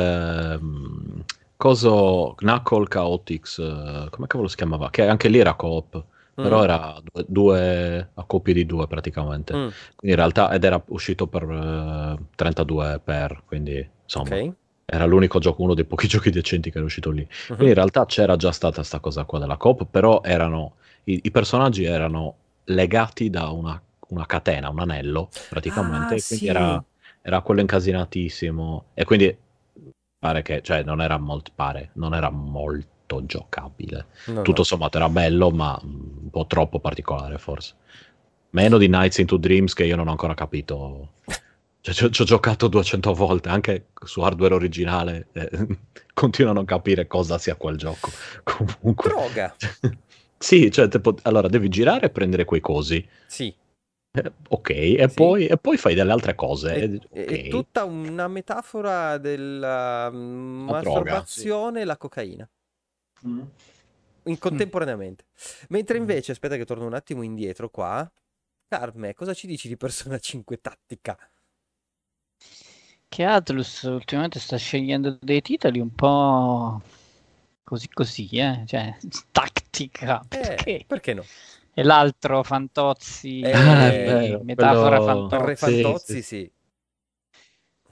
coso Knuckle Chaotix, come cavolo si chiamava? Che anche lì era coop, però Mm, era due a coppie di due praticamente. mm, Quindi in realtà, ed era uscito per 32 per, quindi insomma, ok. era l'unico gioco, uno dei pochi giochi decenti che era uscito lì. Mhm. Quindi in realtà c'era già stata sta cosa qua della coop, però i personaggi erano legati da una catena, un anello Ah, praticamente, quindi sì. era quello incasinatissimo e quindi pare che, cioè, non era molto giocabile. No, Tutto no. sommato era bello, ma un po' troppo particolare forse. Meno di Nights into Dreams che io non ho ancora capito. Cioè, ci ho giocato 200 volte, anche su hardware originale, continuo a non capire cosa sia quel gioco. Comunque, Droga. sì, cioè, allora devi girare e prendere quei cosi. Sì, Ok, e sì. poi fai delle altre cose. È, è Ok, tutta una metafora della una droga. Sì. masturbazione e la cocaina. Mm. Contemporaneamente. Mentre invece, aspetta che torno un attimo indietro qua. Carme, cosa ci dici di Persona 5 Tattica? che Atlus ultimamente sta scegliendo dei titoli un po' così così, cioè tattica, perché? Perché no? E l'altro Fantozzi, Ah, è Eh, di vero, metafora quello. Re Fantozzi. Sì, sì, Fantozzi, sì.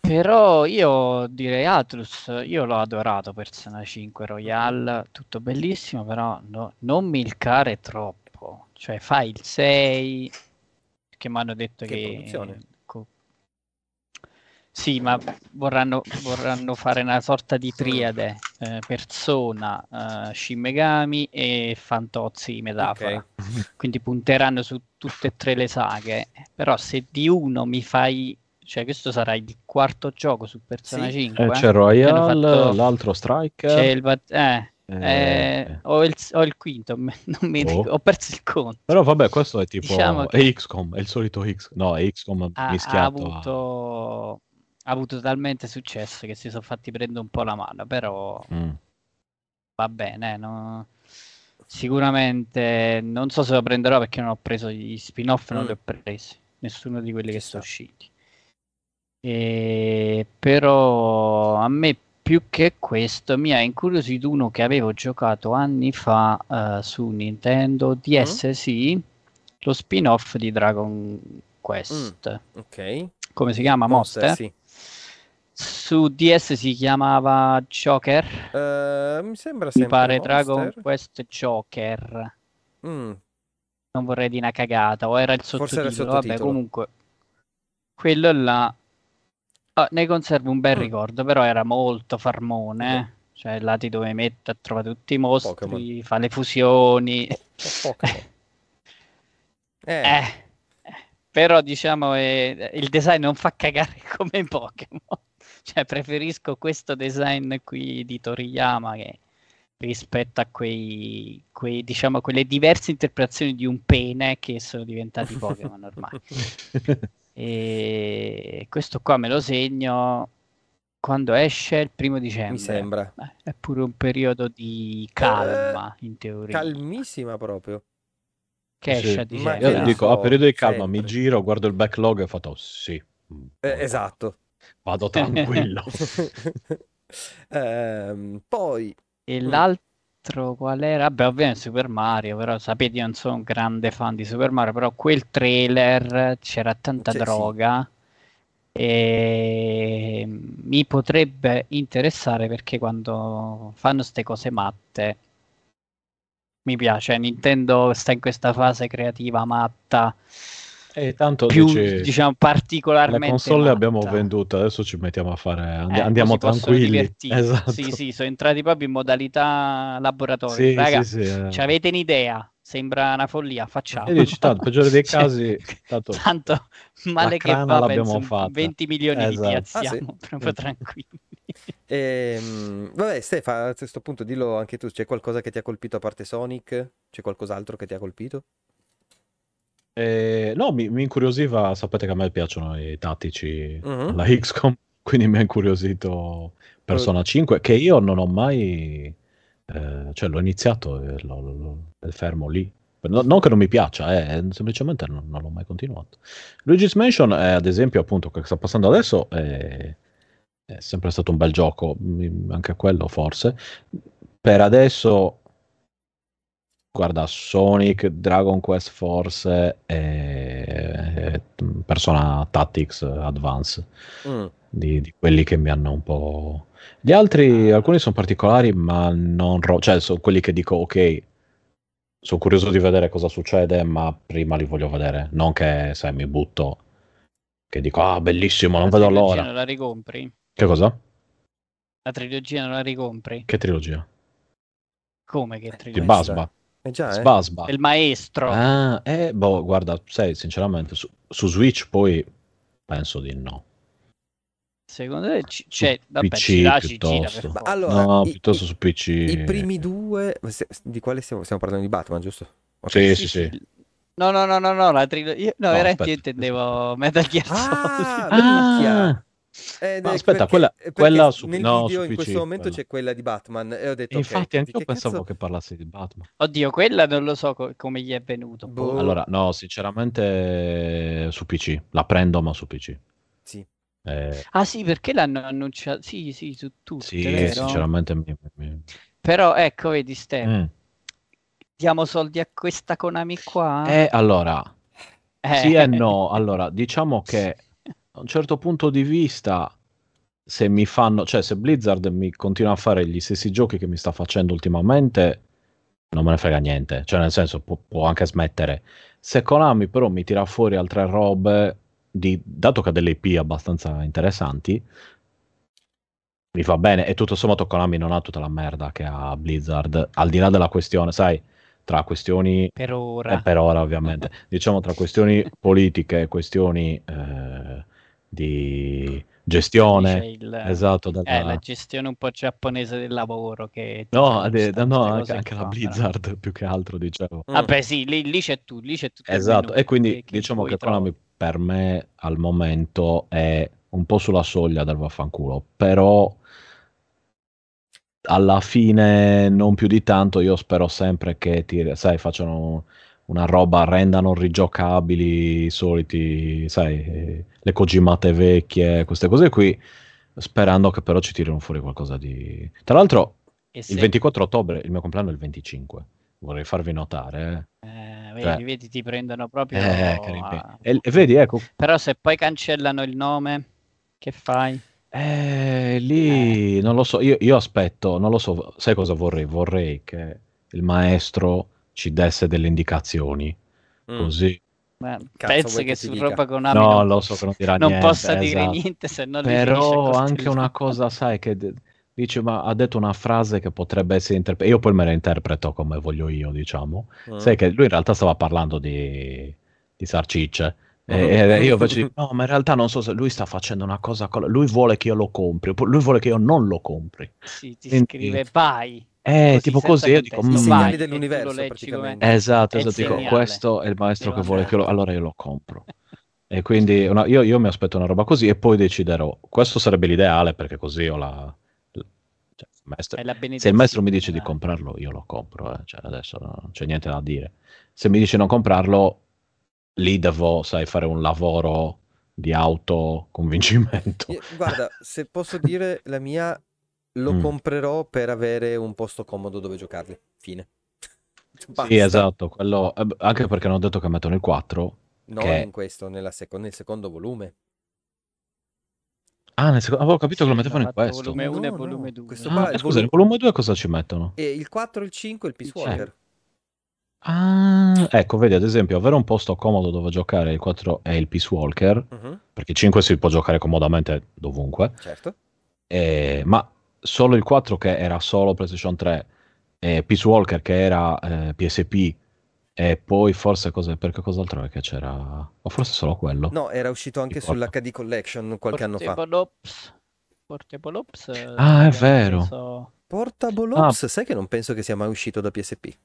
Però io direi Atlus, io l'ho adorato Persona 5 Royal, tutto bellissimo, però non milcare troppo. Cioè fai il 6, che mi hanno detto Che che... produzione. Sì, ma vorranno fare una sorta di triade, Persona, Shin Megami e Fantozzi Metafora. Ok. Quindi punteranno su tutte e tre le saghe. Però se di uno mi fai... Cioè questo sarà il quarto gioco su Persona Sì? 5. C'è Mi hanno Royal, fatto... l'altro C'è Striker. il... ho il quinto, non mi Oh. ho perso il conto. Però vabbè, questo è tipo... Diciamo È che XCOM, è il solito XCOM. No, è XCOM ha mischiato a... avuto talmente successo che si sono fatti prendere un po' la mano, però Mm. va bene, no? Sicuramente non so se lo prenderò perché non ho preso gli spin-off, non li ho presi, nessuno di quelli Ci che sta. sono usciti. Però a me più che questo mi ha incuriosito uno che avevo giocato anni fa su Nintendo DS, sì, lo spin-off di Dragon Quest. Ok. Come si chiama? Monster, Monster? sì. Su DS si chiamava Joker. Mi sembra Mi sempre pare Dragon Monster. Quest Joker. Mm, Non vorrei di una cagata, o era il Forse era il sottotitolo. Vabbè, sottotitolo. comunque, quello là. Ne conservo un bel Mm, ricordo, però era molto farmone. Cioè, là ti dove mettere a trovare tutti i Pokémon. mostri, fa le fusioni. Pokémon. Eh, Eh, però diciamo il design non fa cagare come i Pokémon. Cioè, preferisco questo design qui di Toriyama che rispetto a diciamo, quelle diverse interpretazioni di un pene che sono diventati Pokémon ormai. E questo qua me lo segno quando esce il 1 dicembre. mi sembra. È pure un periodo di Eh, calma, in teoria. calmissima proprio. Che esce a Sì. Ma che Io dicembre, ne no? dico, a so, periodo di calma, mi sempre. giro, guardo il backlog e ho fatto, sì, Esatto. vado tranquillo. Poi... E mm, l'altro qual era? Vabbè, ovviamente Super Mario, però sapete io non sono un grande fan di Super Mario, però quel trailer c'era tanta sì. droga e mi potrebbe interessare perché quando fanno ste cose matte mi piace. Nintendo sta in questa fase creativa matta, E tanto più dici, diciamo le particolarmente console le abbiamo matta. vendute, adesso ci mettiamo a fare, Mo andiamo si possono tranquilli. divertire. Sì, Esatto. sì, sono entrati proprio in modalità laboratorio. Sì, sì, Raga, sì. ci avete un'idea? Sembra una follia, E facciamo. dici, tanto, peggiore dei Cioè, casi, tanto tanto la male che crana va, penso l'abbiamo fatta. 20 milioni li Esatto. Ah sì. piazziamo Mm. proprio tranquilli. Vabbè, Stefa, a questo punto dillo anche tu, c'è qualcosa che ti ha colpito a parte Sonic? C'è qualcos'altro che ti ha colpito? No, mi incuriosiva, sapete che a me piacciono i tattici Mhm. alla XCOM, quindi mi ha incuriosito Eh, Persona 5, che io non ho mai, cioè l'ho iniziato e è fermo lì. Non che non mi piaccia, semplicemente non l'ho mai continuato. Luigi's Mansion, ad esempio, appunto, che sta passando adesso, è sempre stato un bel gioco, anche quello forse. Per adesso guarda, Sonic, Dragon Quest Force e Persona Tactics Advance, mm. di quelli che mi hanno un po'... Gli altri, alcuni sono particolari, ma non... cioè, sono quelli che dico, ok, sono curioso di vedere cosa succede, ma prima li voglio vedere. Non che, sai, mi butto, che dico, ah, bellissimo, non La vedo trilogia l'ora. non la ricompri? Che cosa? La trilogia non la ricompri? Che trilogia? Come che Di trilogia? Questa. Basba. Già, eh? Sbasba. Del maestro. Ah, boh, guarda, sai, sinceramente, su Switch poi penso di no. Secondo te Su c'è, vabbè, PC ci gira per piuttosto. Ma forza. allora, No, piuttosto su i PC. primi due... di quale stiamo parlando di Batman, giusto? Ok. Sì, Sì, sì, sì. sì. No, no, no, no, no, la trilogia... No, No, veramente io aspetta. intendevo Metal Gear Solid. Ah, minchia! Ah! Ma aspetta, Perché quella su... nel No, su video in questo PC, momento quella. c'è quella di Batman e ho E detto, ok, infatti di anche io che pensavo cazzo? che parlassi di Batman. Oddio, quella non lo so come gli è venuto. Boh. Boh, Allora, no, sinceramente su PC. La prendo, ma su PC. sì. Ah sì, perché l'hanno annunciato? Sì, sì, su tutte, Sì, vero? sinceramente Però ecco, vedi, Ste, Mm. diamo soldi a questa Konami qua? E allora, sì e Eh. no. Allora, diciamo che da un certo punto di vista se mi fanno, cioè se Blizzard mi continua a fare gli stessi giochi che mi sta facendo ultimamente, non me ne frega niente, cioè nel senso può anche smettere. Se Konami però mi tira fuori altre robe, dato che ha delle IP abbastanza interessanti, mi va bene, e tutto sommato Konami non ha tutta la merda che ha Blizzard, al di là della questione, sai, tra questioni, per ora ovviamente, diciamo tra questioni politiche e questioni di gestione, esatto, la gestione un po' giapponese del lavoro che no, anche la Blizzard più che altro, dicevo. Vabbè sì, lì c'è tutto esatto, e quindi diciamo che Konami per me al momento è un po' sulla soglia del vaffanculo, però alla fine non più di tanto. Io spero sempre che facciano una roba, rendano rigiocabili i soliti, sai, le Kojimate vecchie, queste cose qui, sperando che però ci tirino fuori qualcosa di... Tra l'altro il 24 ottobre, il mio compleanno è il 25, vorrei farvi notare. Vedi, ti prendono proprio... E vedi, ecco... Però se poi cancellano il nome, che fai? Lì non lo so, io aspetto, non lo so, sai cosa vorrei? Vorrei che il maestro ci desse delle indicazioni, così. Penso che su roba Konami no, lo so che non dirà niente, possa dire niente, se no però anche una cosa, sai, che dice, ma ha detto una frase che potrebbe essere interpretata, io poi me la interpreto come voglio io, diciamo. Sai che lui in realtà stava parlando di salsicce. E io invece dico, no, ma in realtà non so se lui sta facendo una cosa, lui vuole che io lo compri, lui vuole che io non lo compri. Sì, ti scrive vai. Tipo così, io dico, i segnali dell'universo praticamente. Esatto, dico, questo è il maestro che vuole che allora io lo compro. E quindi io mi aspetto una roba così e poi deciderò. Questo sarebbe l'ideale perché così ho se il maestro mi dice di comprarlo, io lo compro. Cioè, adesso non c'è niente da dire. Se mi dice non comprarlo, lì devo, sai, fare un lavoro di autoconvincimento. Guarda, se posso dire la mia, lo comprerò per avere un posto comodo dove giocarli. Fine. Sì, esatto, quello, anche perché hanno detto che mettono il 4. Non in questo, nel secondo volume. Ah, avevo capito che lo mettevano in questo. Volume 1 e volume 2. Questo qua, scusa, nel volume 2 cosa ci mettono? E il 4, il 5 e il Peace Walker. Ecco, vedi, ad esempio, avere un posto comodo dove giocare il 4 e il Peace Walker, perché il 5 si può giocare comodamente dovunque. Certo. Ma solo il 4 che era solo PlayStation 3 e Peace Walker che era PSP e poi forse perché cos'altro è che c'era? O forse solo quello? No, era uscito anche sull'HD Collection qualche anno fa. Portable Ops. È vero. Portable Ops, sai che non penso che sia mai uscito da PSP.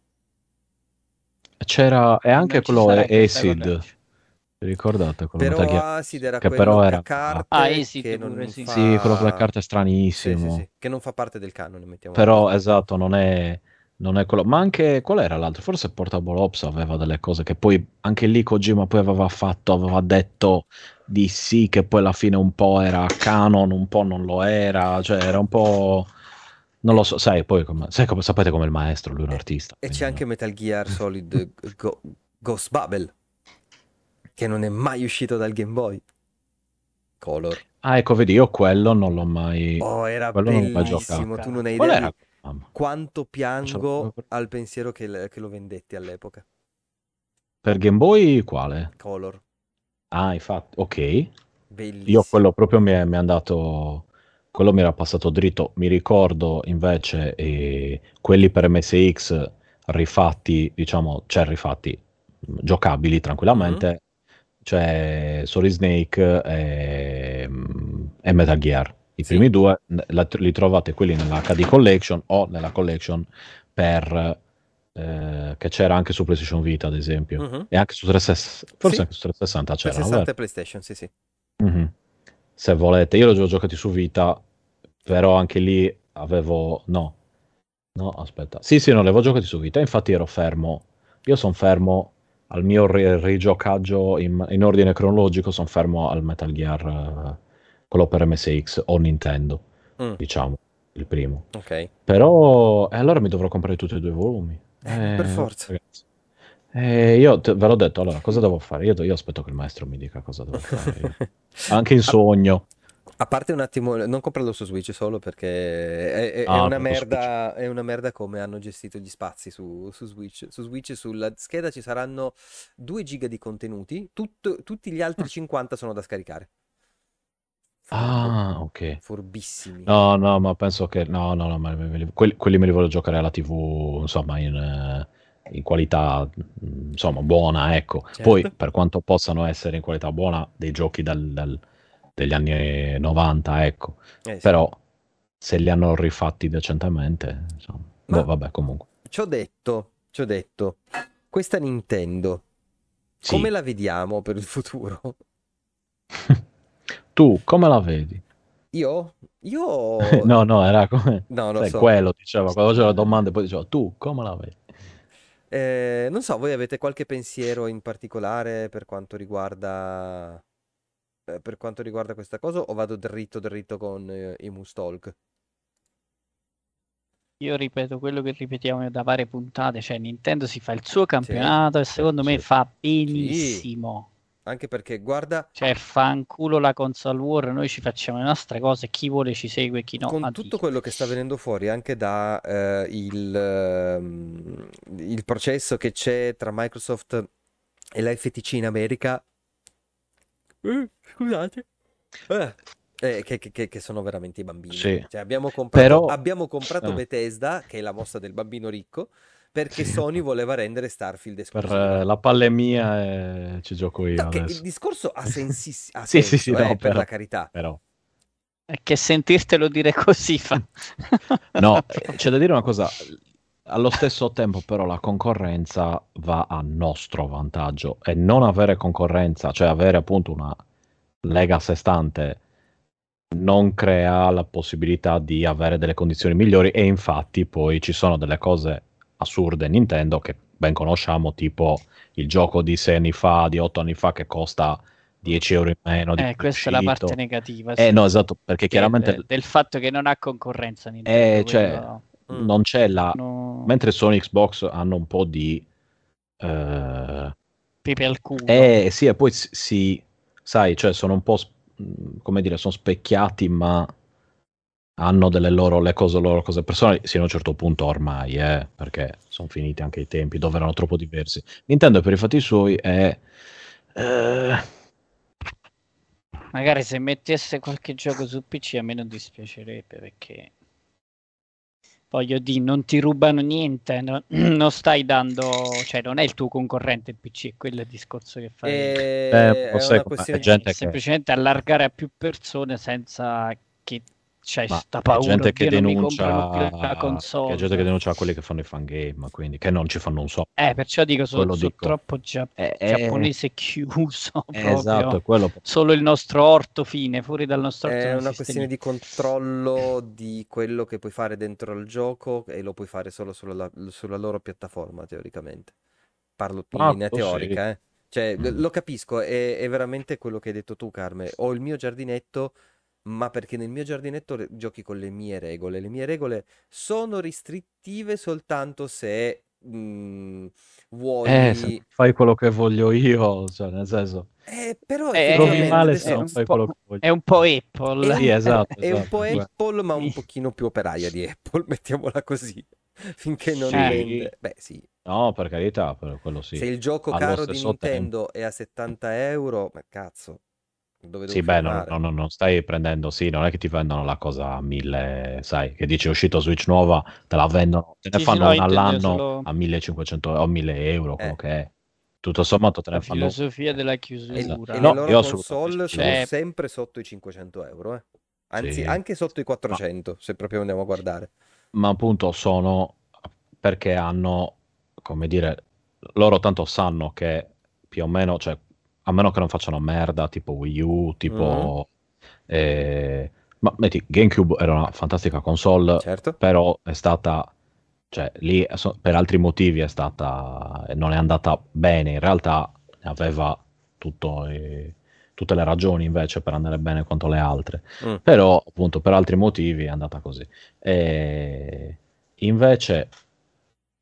C'era, e anche quello Acid. Vi ricordate? Quello però Acid era che quello però era a carte Acid che pure, non sì. fa... Sì, quello con le carte è stranissimo. Sì, che non fa parte del canone, mettiamo però così. esatto, non è quello. Ma anche, qual era l'altro? Forse Portable Ops aveva delle cose che poi, anche lì Kojima poi aveva detto di sì, che poi alla fine un po' era canon, un po' non lo era, cioè era un po'... Non lo so, sai, poi sapete come il maestro, lui è un artista. E c'è anche Metal Gear Solid Ghost Bubble, che non è mai uscito dal Game Boy Color. Ecco, vedi, io quello non l'ho mai... Era quello non l'ho mai bellissimo, giocato. tu non hai Qual idea era? di quanto piango al pensiero che lo vendetti all'epoca. Per Game Boy quale? Color. Infatti, ok. Bellissimo. Io quello proprio mi è andato... Quello mi era passato dritto. Mi ricordo invece quelli per MSX rifatti, diciamo, giocabili tranquillamente, cioè Solid Snake e Metal Gear. I primi due li trovate quelli nella HD Collection o nella Collection che c'era anche su PlayStation Vita, ad esempio, e anche su 360, forse anche su 360 c'era, 360 e PlayStation, sì. Se volete, io li ho giocati su Vita, però anche lì avevo... No, aspetta. Sì, non li avevo giocati su Vita, infatti ero fermo. Io sono fermo al mio rigiocaggio in ordine cronologico, sono fermo al Metal Gear, quello per MSX o Nintendo, diciamo, il primo. Ok. Però, allora mi dovrò comprare tutti e due i volumi. Per forza. Ragazzi. Io ve l'ho detto, allora, cosa devo fare? Io aspetto che il maestro mi dica cosa devo fare. Anche in sogno. A parte un attimo, non comprarlo su Switch solo perché è una proprio Switch. merda, è una merda come hanno gestito gli spazi su Switch. Su Switch sulla scheda ci saranno 2 giga di contenuti, tutti gli altri 50 sono da scaricare. Furbo, Ok. furbissimi. No, ma penso che... No, quelli me li voglio giocare alla TV, insomma, in qualità, insomma, buona, ecco. Poi, Certo. per quanto possano essere in qualità buona dei giochi degli anni 90, ecco. Sì. Però, se li hanno rifatti decentemente, insomma... Boh, Ma vabbè, comunque. ci ho detto, questa Nintendo, come Sì. la vediamo per il futuro? Tu, come la vedi? Io? Io... No, era come... No, lo Sai, so. quello diceva, quando c'era la domanda, poi diceva, tu, come la vedi? Non so, voi avete qualche pensiero in particolare per quanto riguarda questa cosa o vado dritto dritto con i Mustalk? Io ripeto quello che ripetiamo da varie puntate, cioè Nintendo si fa il suo Sì, campionato e secondo me Sì. fa sì, benissimo. anche perché guarda, Cioè fanculo la console war, noi ci facciamo le nostre cose, chi vuole ci segue, chi no, con tutto addio. quello che sta venendo fuori anche da il processo che c'è tra Microsoft e la FTC in America, scusate. Che sono veramente i bambini. Sì. Cioè, Però... abbiamo comprato eh, Bethesda, che è la mossa del bambino ricco, perché sì. Sony voleva rendere Starfield Per esclusiva. la palle mia ci gioco io No, che il adesso. discorso ha, ha Sì, senso, no, per la carità. però. È che sentirtelo dire così fa... No, c'è da dire una cosa, allo stesso tempo però la concorrenza va a nostro vantaggio e non avere concorrenza, cioè avere appunto una lega a sé stante, non crea la possibilità di avere delle condizioni migliori e infatti poi ci sono delle cose assurde in Nintendo che ben conosciamo, tipo il gioco di 6 anni fa, di 8 anni fa che costa 10 euro in meno di quello Questa è la parte uscito. negativa, sì. No, esatto, perché chiaramente Del fatto che non ha concorrenza Nintendo, cioè, quello... Mm. non c'è la... No, Mentre Sony e Xbox hanno un po' di... eh, pepe al culo. sì, e poi sai, cioè sono un po', come dire, sono specchiati, ma hanno delle loro cose personali, sino a un certo punto ormai, perché sono finiti anche i tempi dove erano troppo diversi. Nintendo per i fatti suoi è... eh, Magari se mettesse qualche gioco su PC a me non dispiacerebbe perché voglio dire, non ti rubano niente, non stai dando, cioè non è il tuo concorrente il PC, quello è il discorso che farei. lo È sai una com'è, è questione di... gente che... Semplicemente allargare a più persone senza che c'hai Ma sta è paura, gente che oddio non mi comprano più la denuncia, che è gente che console. denuncia quelli che fanno i fangame, quindi che non ci fanno un soldo. Perciò dico, Quello so dico. troppo È giapponese chiuso esatto, proprio. è quello. Solo il nostro orto fine, fuori dal nostro orto È non una esiste questione di niente. controllo di quello che puoi fare dentro al gioco e lo puoi fare solo sulla loro piattaforma, teoricamente. Parlo in Ah, linea quello sì. teorica, eh. Cioè, Mm. lo capisco, è veramente quello che hai detto tu, Carme. Ho il mio giardinetto, ma perché nel mio giardinetto giochi con le mie regole. Le mie regole sono restrittive soltanto se vuoi... Fai quello che voglio io, cioè, nel senso, Però ti trovi effettivamente male se adesso... non fai quello che voglio. È un po' Apple. Sì, esatto, È un po' esatto. Apple, ma un pochino più operaia di Apple, mettiamola così. Finché non Sì, vende. Beh, sì. no, per carità, per quello Se sì. il gioco Allo caro di stesso tempo. Nintendo è a 70 euro, ma cazzo, dove devo Sì, beh, firmare? non stai prendendo, sì, non è che ti vendono la cosa a 1000, sai, che dice è uscito Switch nuova, te la vendono, te ne Sì, sì, fanno no, una intendevo all'anno solo a 1500 o 1000 euro, quello Eh, che è. Tutto sommato te la ne fanno... filosofia della e, esatto. e le chiusura. No, loro io assolutamente console sono sì. Cioè, sempre sotto i 500 euro, eh. Anzi, Sì. anche sotto i Ma 400, se proprio andiamo a guardare. ma appunto sono perché hanno, come dire, loro tanto sanno che più o meno, cioè, a meno che non facciano merda, tipo Wii U, Mhm, tipo... ma metti, GameCube era una fantastica console, certo. però è stata, cioè, lì per altri motivi è stata, non è andata bene, in realtà aveva tutto, tutte le ragioni invece per andare bene quanto le altre, Mm. però appunto per altri motivi è andata così. E invece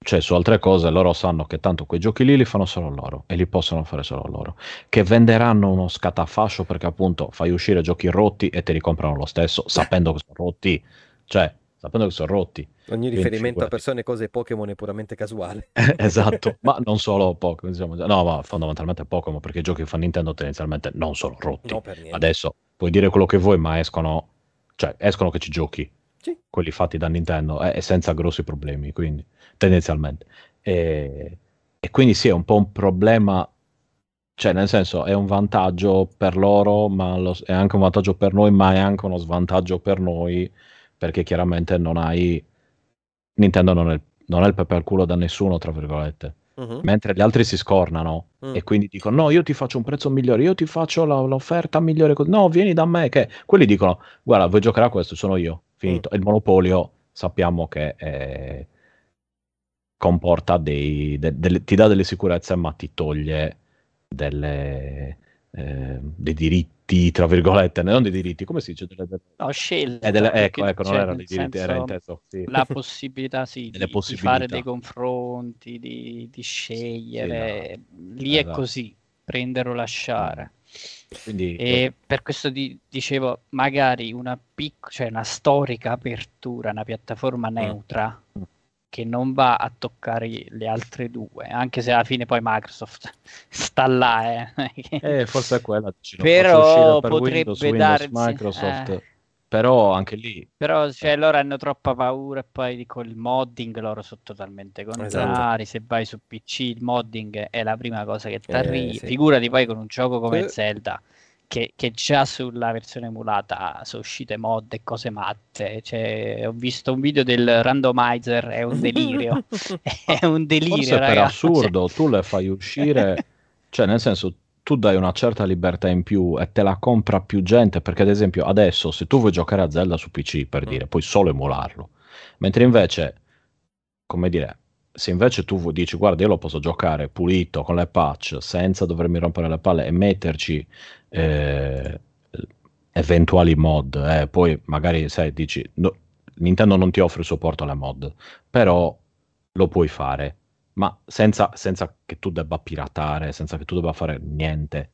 cioè su altre cose loro sanno che tanto quei giochi lì li fanno solo loro e li possono fare solo loro, che venderanno uno scatafascio perché appunto fai uscire giochi rotti e te li comprano lo stesso sapendo che sono rotti, cioè sapendo che sono rotti. Ogni Quindi riferimento a figurati. persone, cose e Pokémon è puramente casuale. Esatto, ma non solo Pokémon, diciamo, no, ma fondamentalmente Pokémon perché i giochi che fa Nintendo tendenzialmente non sono rotti. No, per niente. Adesso puoi dire quello che vuoi, ma escono, cioè escono che ci giochi, Sì. quelli fatti da Nintendo, e senza grossi problemi, quindi tendenzialmente. E quindi sì, è un po' un problema, cioè nel senso è un vantaggio per loro, ma è anche un vantaggio per noi, ma è anche uno svantaggio per noi, perché chiaramente non hai, Nintendo non è il pepe al culo da nessuno, tra virgolette, Mhm. mentre gli altri si scornano Mm. e quindi dicono no, io ti faccio un prezzo migliore, io ti faccio l'offerta migliore, no, vieni da me, che quelli dicono guarda, vuoi giocare a questo, sono io, Mm. finito. E il monopolio sappiamo che comporta ti dà delle sicurezze, ma ti toglie dei diritti, tra virgolette, non dei diritti, come si dice? No, scelta, più Ecco, che, ecco, non cioè, erano nel i diritti, era senso inteso, sì. la possibilità sì, Delle di fare dei possibilità. confronti, di Sì, scegliere. Lì è esatto. così, prendere o lasciare. Quindi E per questo dicevo, magari cioè una storica apertura, una piattaforma Mm. neutra che non va a toccare le altre due, anche se alla fine poi Microsoft sta là, forse è quella, dici, lo faccio uscire però per Windows, potrebbe dare, Microsoft, però anche lì, però cioè, loro hanno troppa paura e poi con il modding loro sono totalmente Esatto. contrari. Se vai su PC il modding è la prima cosa che ti arriva. Sì. Figurati poi con un gioco come Sì. Zelda, che già sulla versione emulata sono uscite mod e cose matte. Cioè, ho visto un video del randomizer, è un delirio. ma È un delirio, forse per raga. Cioè, assurdo tu le fai uscire, cioè nel senso tu dai una certa libertà in più e te la compra più gente, perché ad esempio adesso se tu vuoi giocare a Zelda su PC, per Mm. dire, puoi solo emularlo, mentre invece, come dire, se invece tu dici guarda io lo posso giocare pulito con le patch senza dovermi rompere le palle e metterci eh, eventuali mod, poi magari sai dici Nintendo non ti offre il supporto alle mod, però lo puoi fare, ma senza che tu debba piratare, senza che tu debba fare niente.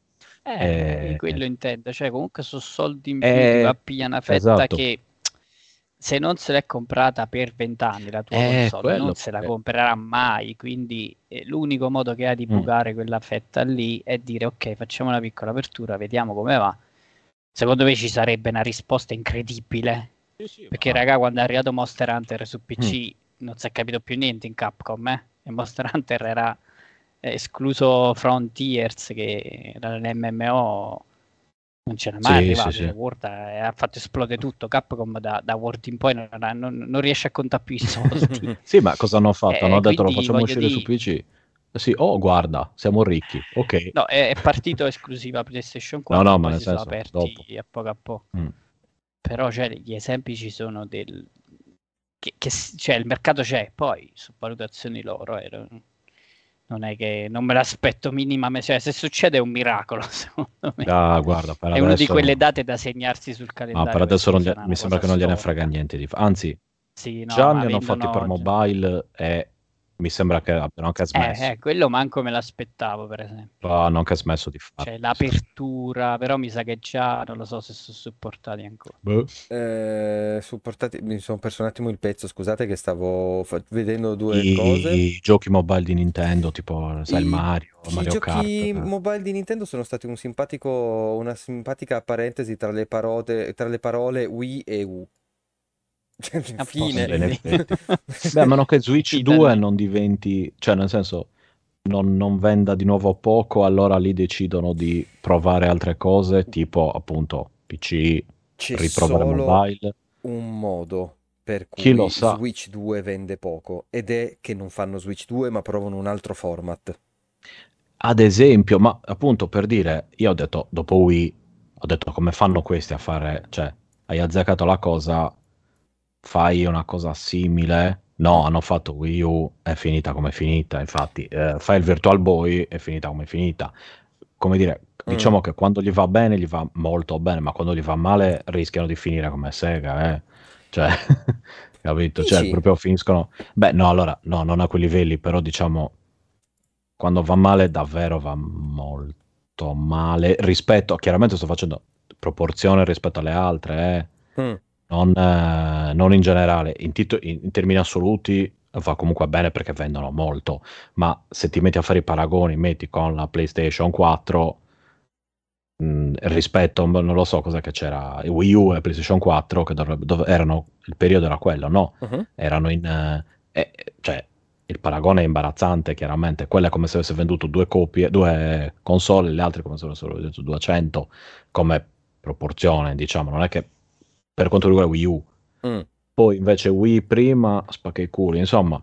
quello intendo, cioè comunque su soldi in più ti va a Eh, pigliare una fetta esatto, che se non se l'è comprata per 20 anni la tua è console non quello. se la comprerà mai, quindi l'unico modo che ha di Mm. bucare quella fetta lì è dire ok, facciamo una piccola apertura, vediamo come va. Secondo me ci sarebbe una risposta incredibile, Sì, sì, perché ma... raga, quando è arrivato Monster Hunter su Mm. PC non si è capito più niente in Capcom, eh? E Monster Hunter era escluso Frontiers, che era l'MMO, non c'era mai Sì, sì, arrivato. sì. Cioè, World ha fatto esplodere tutto. Capcom da World in poi non riesce a contare più i soldi. Sì, ma cosa hanno fatto? Hanno detto lo Quindi facciamo voglio uscire su dire, PC. Sì, oh, guarda, siamo ricchi. Ok. no, è partito esclusiva PlayStation No, 4 no, e ma poi nel si sono senso, aperti dopo. a poco a poco. Mm. Però cioè, gli esempi ci sono cioè, il mercato c'è, poi su valutazioni loro. Non è che non me l'aspetto minimamente, cioè se succede è un miracolo, secondo me. Ah, guarda, per È una di quelle adesso... date da segnarsi sul Ma per calendario per adesso funzionare mi una sembra cosa che non gliene frega storica. niente di anzi, Sì, no, già ma ne hanno fatti per vendono. mobile e mi sembra che abbiano anche smesso. Quello manco me l'aspettavo, per esempio. Hanno anche smesso di farlo, Cioè, mi sembra. l'apertura, però mi sa che già non lo so se sono supportati ancora. Boh. Supportati, mi sono perso un attimo il pezzo, scusate che stavo vedendo due cose. I giochi mobile di Nintendo, tipo, sai, il I Mario Kart. giochi mobile di Nintendo sono stati una simpatica parentesi tra le parole Wii e U. Cioè, A fine. posto In così. effetti. Beh, a meno che Switch Finita 2 lì. non diventi, cioè nel senso non venda di nuovo poco, allora lì decidono di provare altre cose, tipo appunto PC, C'è riprovare solo mobile. un modo per Chi lo cui sa? Switch 2 vende poco ed è che non fanno Switch 2 ma provano un altro format. Ad esempio, ma appunto per dire, io ho detto dopo Wii, ho detto come fanno questi a fare, cioè hai azzeccato la cosa, fai una cosa simile. Mm, No, hanno fatto Wii U, è finita come è finita, infatti, fai il Virtual Boy, è finita come è finita. Come dire, mm. diciamo che quando gli va bene, gli va molto bene, ma quando gli va male rischiano di finire come Sega, eh. Cioè, capito? Cioè, Dici? proprio finiscono... Beh, no, allora, no, non a quei livelli, però diciamo, quando va male, davvero va molto male, rispetto, chiaramente sto facendo proporzione rispetto alle altre, Mm. non in generale, in termini assoluti va comunque bene perché vendono molto, ma se ti metti a fare i paragoni, metti con la PlayStation 4, rispetto, non lo so cosa che c'era, Wii U e PlayStation 4, che erano, il periodo era quello, no? Mhm. Erano cioè, il paragone è imbarazzante, chiaramente. Quella è come se avesse venduto due copie, due console, le altre come se avessero venduto 200, come proporzione, diciamo. Non è che per quanto riguarda Wii U. Mm. Poi invece Wii prima, spacca i culi, insomma.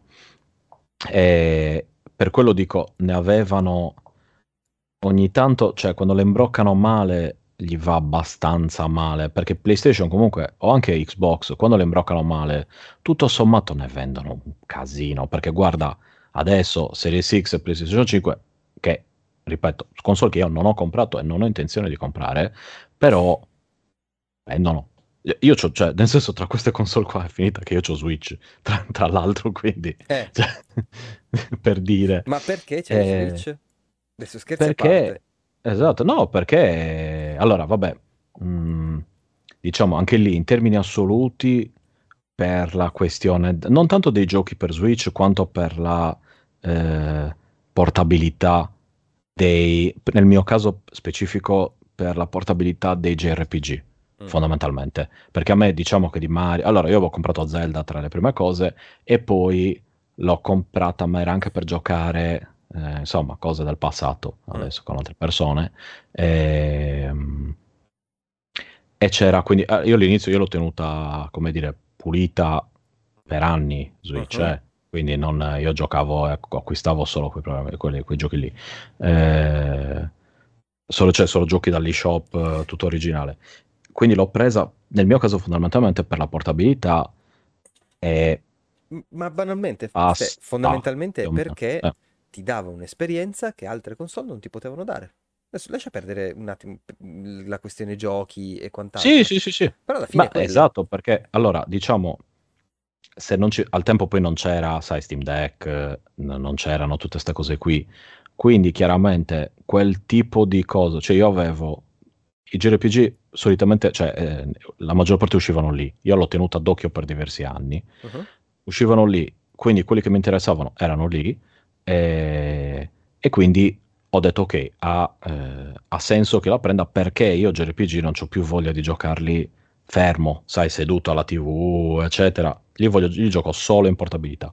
Per quello dico, ne avevano ogni tanto, cioè quando le imbroccano male gli va abbastanza male, perché PlayStation comunque, o anche Xbox, quando le imbroccano male, tutto sommato ne vendono un casino, perché guarda, adesso Series X e PlayStation 5, che, ripeto, console che io non ho comprato e non ho intenzione di comprare, però vendono. Io c'ho, cioè, nel senso, tra queste console qua è finita che io c'ho Switch, tra l'altro, quindi, Eh, cioè, per dire. ma perché c'hai Eh, Switch? Adesso scherzi a perché, parte. esatto, no, perché, allora, vabbè, diciamo anche lì in termini assoluti per la questione, non tanto dei giochi per Switch quanto per la eh, portabilità nel mio caso specifico, per la portabilità dei JRPG, Mm. fondamentalmente. Perché a me, diciamo che di Mario, allora io avevo comprato Zelda tra le prime cose e poi l'ho comprata, ma era anche per giocare, insomma, cose del passato, Mm. adesso con altre persone. Ehm, E c'era quindi, io all'inizio io l'ho tenuta, come dire, pulita per anni Switch, Mhm. quindi io giocavo, ecco, acquistavo solo quei giochi lì. Eh, solo giochi dall'eShop, tutto originale. Quindi l'ho presa, nel mio caso fondamentalmente per la portabilità e Ma banalmente, cioè, basta, fondamentalmente più o meno. perché ti dava un'esperienza che altre console non ti potevano dare. Adesso lascia perdere un attimo la questione giochi e Sì, quant'altro. sì, sì, sì. Però alla fine è Ma quella. esatto, perché allora diciamo, se non al tempo poi non c'era, sai, Steam Deck, non c'erano tutte queste cose qui. Quindi chiaramente quel tipo di cosa, cioè io avevo i JRPG solitamente, cioè la maggior parte uscivano lì. Io l'ho tenuta d'occhio per diversi anni. Mhm. Uscivano lì, quindi quelli che mi interessavano erano lì e quindi ho detto ok, ha senso che la prenda perché io JRPG non ho più voglia di giocarli fermo, sai, seduto alla TV, eccetera. Li gioco solo in portabilità.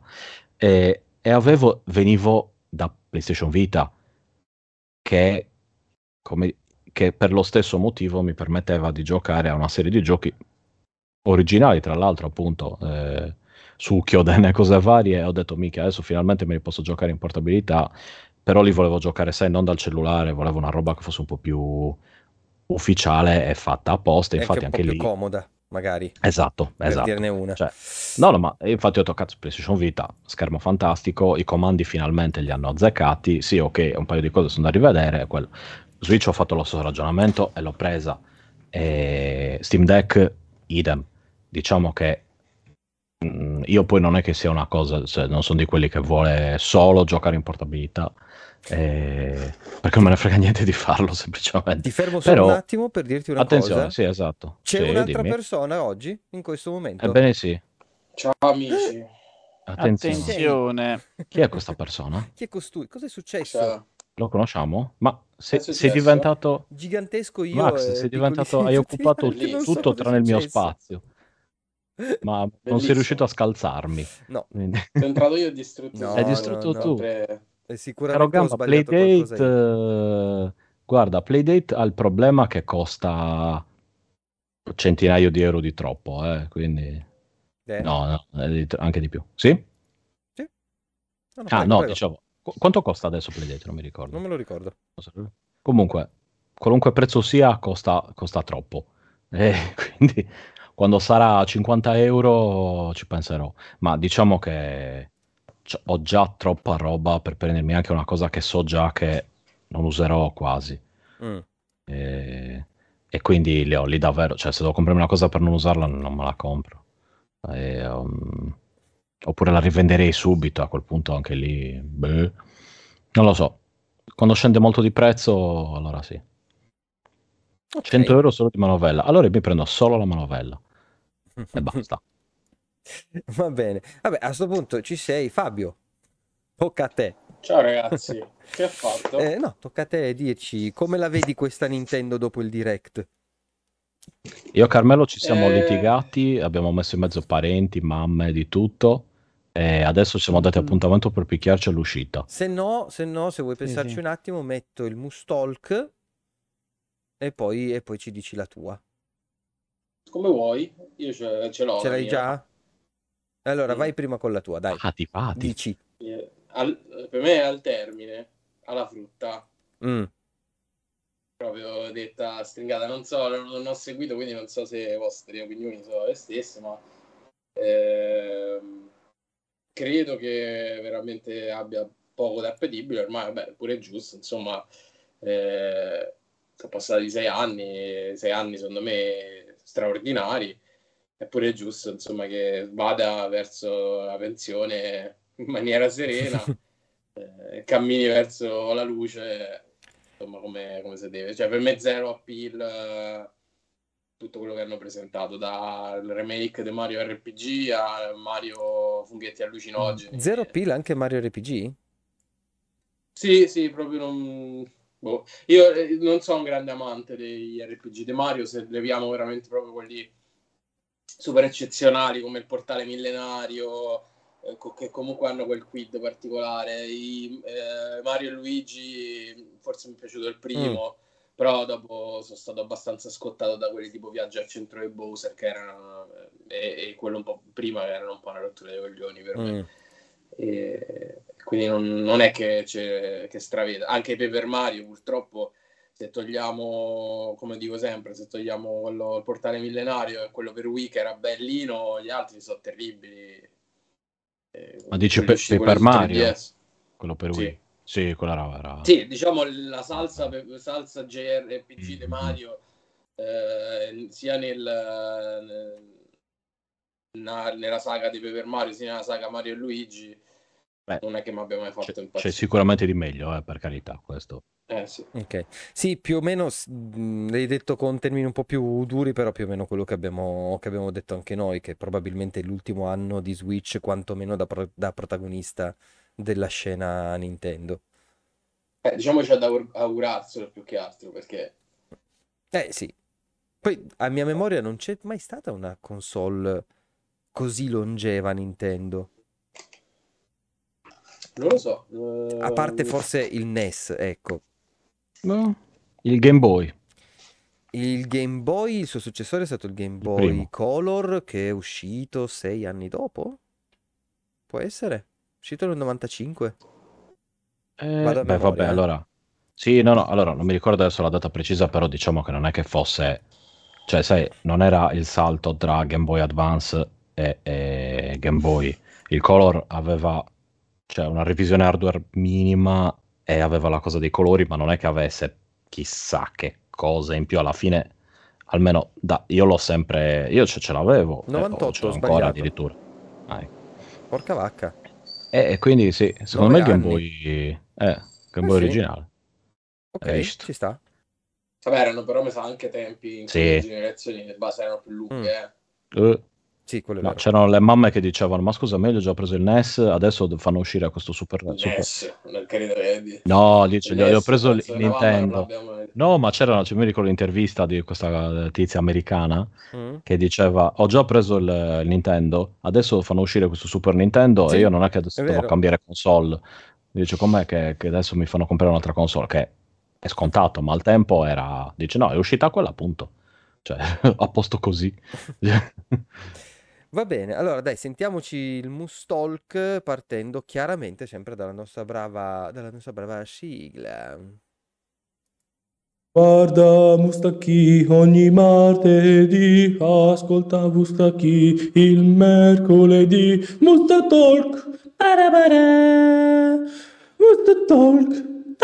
Venivo da PlayStation Vita, che, come- che per lo stesso motivo mi permetteva di giocare a una serie di giochi originali, tra l'altro, appunto, su Kyoden e cose varie. E ho detto, mica, adesso finalmente me li posso giocare in portabilità, però li volevo giocare, sai, non dal cellulare, volevo una roba che fosse un po' più ufficiale e fatta apposta. È anche Infatti un po' anche più lì, comoda, magari, esatto, per esatto. dirne una. Cioè, no, no, ma infatti ho detto, cazzo, PlayStation Vita, schermo fantastico, i comandi finalmente li hanno azzeccati, sì, ok, un paio di cose sono da rivedere, quello. Switch ho fatto lo stesso ragionamento e l'ho presa. Steam Deck, idem. Diciamo che io poi non è che sia una cosa, cioè, non sono di quelli che vuole solo giocare in portabilità, perché non Ti, me ne frega niente di farlo ti semplicemente. fermo solo un Però, attimo per dirti una attenzione, cosa. sì, esatto. C'è Sì, un'altra dimmi. persona oggi, in questo momento. Ebbene sì, Ciao amici. Chi attenzione. sei? Attenzione. Chi è questa persona? Chi è costui? Cos'è successo? Ciao. Lo conosciamo? Ma Che è sei successo? diventato... Gigantesco io Max, e sei diventato... piccolissimi Hai tutti gli occupato altri, non so Bellissimo. tutto cosa è tranne il mio successo. spazio, ma non sei riuscito a Bellissimo. scalzarmi. No, Quindi... Sono entrato io e ho distrutto Hai no, no, tutto. distrutto no. tu. Sempre... Caro Sicuramente ho Gamba, sbagliato qualcosa Playdate, io. guarda, Playdate ha il problema che costa centinaio di euro di troppo, quindi Eh? no, no, anche di più. Sì? Sì? No, no, Ah, prego, no, prego. dicevo, quanto costa adesso Playdate? Non mi Non ricordo. me lo ricordo. Comunque, qualunque prezzo sia, costa troppo. E quindi quando sarà 50 euro ci penserò. Ma diciamo che ho già troppa roba per prendermi anche una cosa che so già che non userò quasi. Mm. E, e quindi li ho lì davvero. Cioè, se devo comprarmi una cosa per non usarla, non me la compro. Oppure la rivenderei subito, a quel punto anche lì. Beh. Non lo so. Quando scende molto di prezzo, allora sì. 100 Ok. euro solo di manovella. Allora mi prendo solo la manovella. E basta. Va bene. Vabbè, a sto punto ci sei, Fabio. Tocca a te. Ciao ragazzi, che ha fatto? No, tocca a te dirci come la vedi questa Nintendo dopo il Direct. Io e Carmelo ci siamo Eh, litigati, abbiamo messo in mezzo parenti, mamme, di tutto. E adesso siamo dati appuntamento per picchiarci all'uscita. Se vuoi Sì, pensarci sì. un attimo, metto il Mustalk e poi ci dici la tua. come vuoi, io ce l'ho Ce la l'hai mia. già? Allora, Mm. vai prima con la tua, dai. Pati, pati. Dici. Per me è al termine, alla frutta, Mm. proprio detta stringata. Non so, non ho seguito, quindi non so se le vostre opinioni sono le stesse, ma credo che veramente abbia poco da appetibile. Ormai, vabbè, pure giusto, insomma, sono passati 6 anni secondo me straordinari. È pure giusto, insomma, che vada verso la pensione in maniera serena, cammini verso la luce, insomma, come si deve. Cioè, per me zero appeal, tutto quello che hanno presentato, dal remake di Mario RPG a Mario funghetti allucinogeni. Zero pila anche Mario RPG? Sì, sì, proprio non... boh. Io non sono un grande amante degli RPG di Mario, se leviamo veramente proprio quelli super eccezionali come il portale millenario, che comunque hanno quel quid particolare. Mario e Luigi, forse mi è piaciuto il Mm. primo, però dopo sono stato abbastanza scottato da quelli tipo Viaggio al centro di Bowser, che erano, e quello un po' prima, che erano un po' una rottura dei coglioni per me. Mm. E quindi non è che straveda. Anche Paper Mario, purtroppo, se togliamo, come dico sempre, se togliamo quello, il portale millenario e quello per Wii che era bellino, gli altri sono terribili. Ma dici Quelli usciti, quelli Paper su Mario? 3DS. Quello per Sì. Wii? Sì, quella era... Sì, diciamo la salsa, vabbè. salsa JRPG di Mhm. Mario, sia nella saga di Paper Mario, sia nella saga Mario e Luigi, Beh, non è che mi abbia mai fatto c'è impazzire. sicuramente di meglio, per carità, questo. Sì. Ok. Sì, più o meno l'hai detto con termini un po' più duri, però più o meno quello che abbiamo detto anche noi, che probabilmente è l'ultimo anno di Switch, quantomeno da protagonista della scena Nintendo. Diciamo c'è da augurarselo più che altro, perché Sì. Poi a mia memoria non c'è mai stata una console così longeva Nintendo. non lo so. A parte forse il NES, ecco. No. Il Game Boy, Il Game Boy, il suo successore è stato il Game il Boy primo. Color, che è uscito 6 anni dopo? Può essere? Uscito nel 95? Vado a Beh, vabbè, memoria, eh. allora... Sì, no, allora, non mi ricordo adesso la data precisa, però diciamo che non è che fosse... Cioè, sai, non era il salto tra Game Boy Advance e Game Boy. Il Color aveva, cioè, una revisione hardware minima e aveva la cosa dei colori, ma non è che avesse chissà che cosa in più. Alla fine, almeno io l'ho sempre... Io ce l'avevo, o ce 98 ho l'ho ancora sbagliato. addirittura. Ecco. Porca vacca. E quindi sì, secondo me 9 il Game anni. Boy... Game Eh Boy sì, originale. Hai ok, visto? ci sta. Vabbè, erano però mi sa anche tempi in cui le Sì. generazioni di base erano più Mm, lunghe. Eh, sì, quello è no, vero. c'erano le mamme che dicevano: Ma scusa, meglio ho già preso il NES, adesso fanno uscire questo Il super... NES, non credo che... No, Il dice, gli ho NES preso il penso che una mamma non Nintendo. l'abbia mai... No, ma c'era, cioè, mi ricordo l'intervista di questa tizia americana Mm, che diceva: Ho già preso il Nintendo, adesso fanno uscire questo Super Nintendo e io sì, non è che è adesso devo vero. cambiare console. Dice: Com'è che adesso mi fanno comprare un'altra console? Che è scontato, ma al tempo era. Dice: No, è uscita quella, appunto. Cioè, a posto così. Va bene, allora dai, sentiamoci il Mustalk partendo chiaramente sempre dalla nostra brava sigla. Guarda Mustacchi ogni martedì, ascolta Mustacchi il mercoledì. Mustatalk, tarabara, Mustatalk,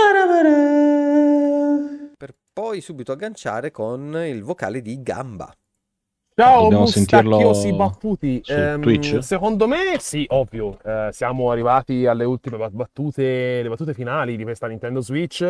tarabara. Per poi subito agganciare con il vocale di Gamba. Ciao Dobbiamo mustacchiosi sentirlo baffuti. su Twitch? Secondo me sì, ovvio. Siamo arrivati alle ultime battute, le battute finali di questa Nintendo Switch.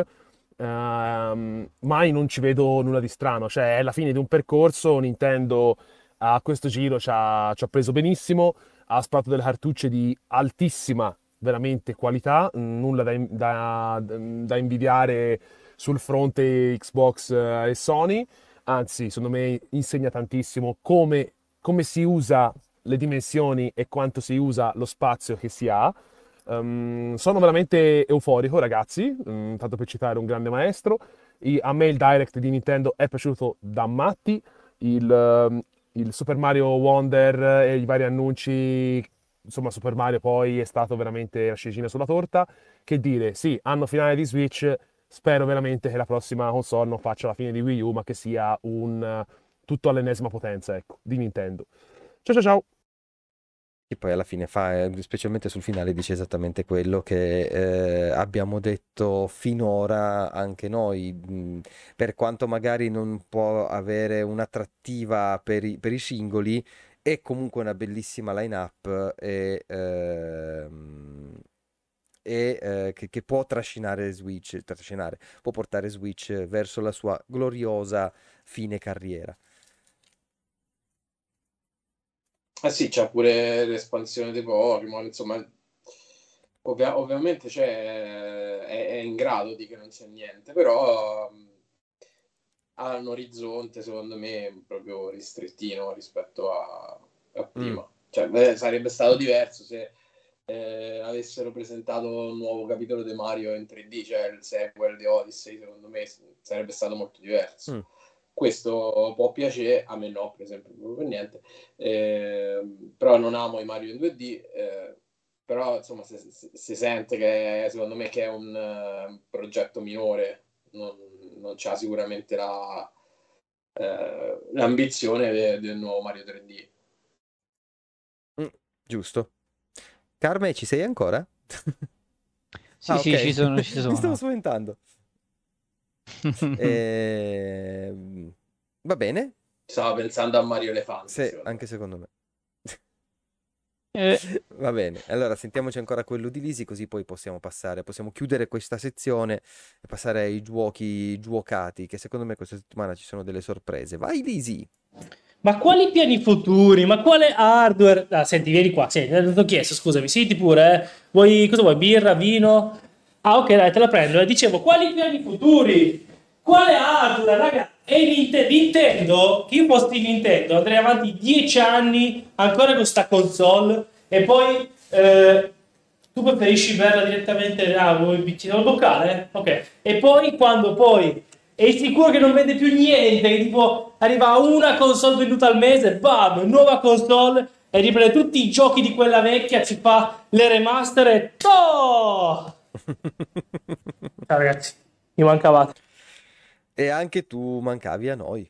Mai non ci vedo nulla di strano. Cioè, è la fine di un percorso. Nintendo a questo giro ci ha preso benissimo. Ha sparato delle cartucce di altissima, veramente qualità. Nulla da invidiare sul fronte Xbox e Sony. Anzi, secondo me insegna tantissimo come si usa le dimensioni e quanto si usa lo spazio che si ha. Sono veramente euforico, ragazzi, tanto per citare un grande maestro. A me il Direct di Nintendo è piaciuto da matti. Il Super Mario Wonder e i vari annunci, insomma, Super Mario poi è stato veramente la ciliegina sulla torta. Che dire, sì, anno finale di Switch. Spero veramente che la prossima console non faccia la fine di Wii U, ma che sia un tutto all'ennesima potenza, ecco, di Nintendo. Ciao ciao ciao! E poi alla fine fa, specialmente sul finale, dice esattamente quello che abbiamo detto finora anche noi. Per quanto magari non può avere un'attrattiva per i singoli, è comunque una bellissima line-up che può può portare Switch verso la sua gloriosa fine carriera. Eh sì, c'è pure l'espansione dei Pokémon, insomma, ovviamente è in grado di che non sia niente, però ha un orizzonte, secondo me, proprio ristrettino rispetto a prima. Cioè, sarebbe stato diverso se avessero presentato un nuovo capitolo di Mario in 3D, cioè il sequel di Odyssey, secondo me sarebbe stato molto diverso. Questo può piacere, a me no, per esempio, proprio per niente, però non amo i Mario in 2D, però insomma si sente che secondo me che è un progetto minore, non c'ha sicuramente l'ambizione del nuovo Mario 3D. Giusto. Carme, ci sei ancora? Sì, Ok. sì, ci sono. Mi stavo spaventando. Va bene? Stava pensando a Mario Elefante. Sì, anche secondo me. Eh, Va bene, allora sentiamoci ancora quello di Lisi, così poi possiamo chiudere questa sezione e passare ai giochi giocati, che secondo me questa settimana ci sono delle sorprese. Vai Lisi! Ma quali piani futuri? Ma quale hardware? Ah, senti, vieni qua. Senti, ti ho chiesto, scusami, senti pure, cosa vuoi? Birra, vino? Ah, ok, dai, te la prendo. Dicevo, quali piani futuri? Quale hardware, raga? E Nintendo, che io fossi Nintendo, andrei avanti 10 anni ancora con sta console e poi tu preferisci berla direttamente, vuoi il bicchiere o il boccale? Ok. E poi quando poi è sicuro che non vende più niente, che tipo arriva una console venduta al mese, bam, nuova console e riprende tutti i giochi di quella vecchia, ci fa le remaster e ciao ragazzi, mi mancavate. E anche tu mancavi a noi.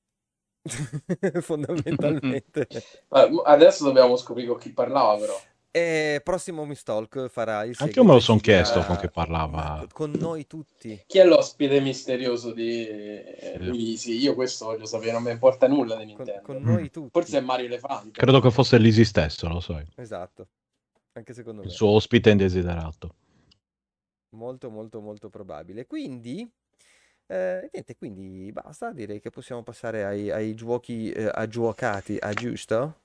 Fondamentalmente. Adesso dobbiamo scoprire con chi parlava, però. E prossimo Mistalk farà il Anche io me lo seguito sono e ci dirà chiesto con che parlava. con noi tutti. Chi è l'ospite misterioso di Lisi? Io questo voglio sapere, non mi importa nulla di Nintendo. Con noi tutti. Forse è Mario Elefante. Credo che fosse Lisi stesso, lo sai. Esatto, anche secondo me. Il suo ospite indesiderato. Molto, molto, molto probabile. Quindi, niente, quindi basta, direi che possiamo passare ai giochi aggiuocati, giusto?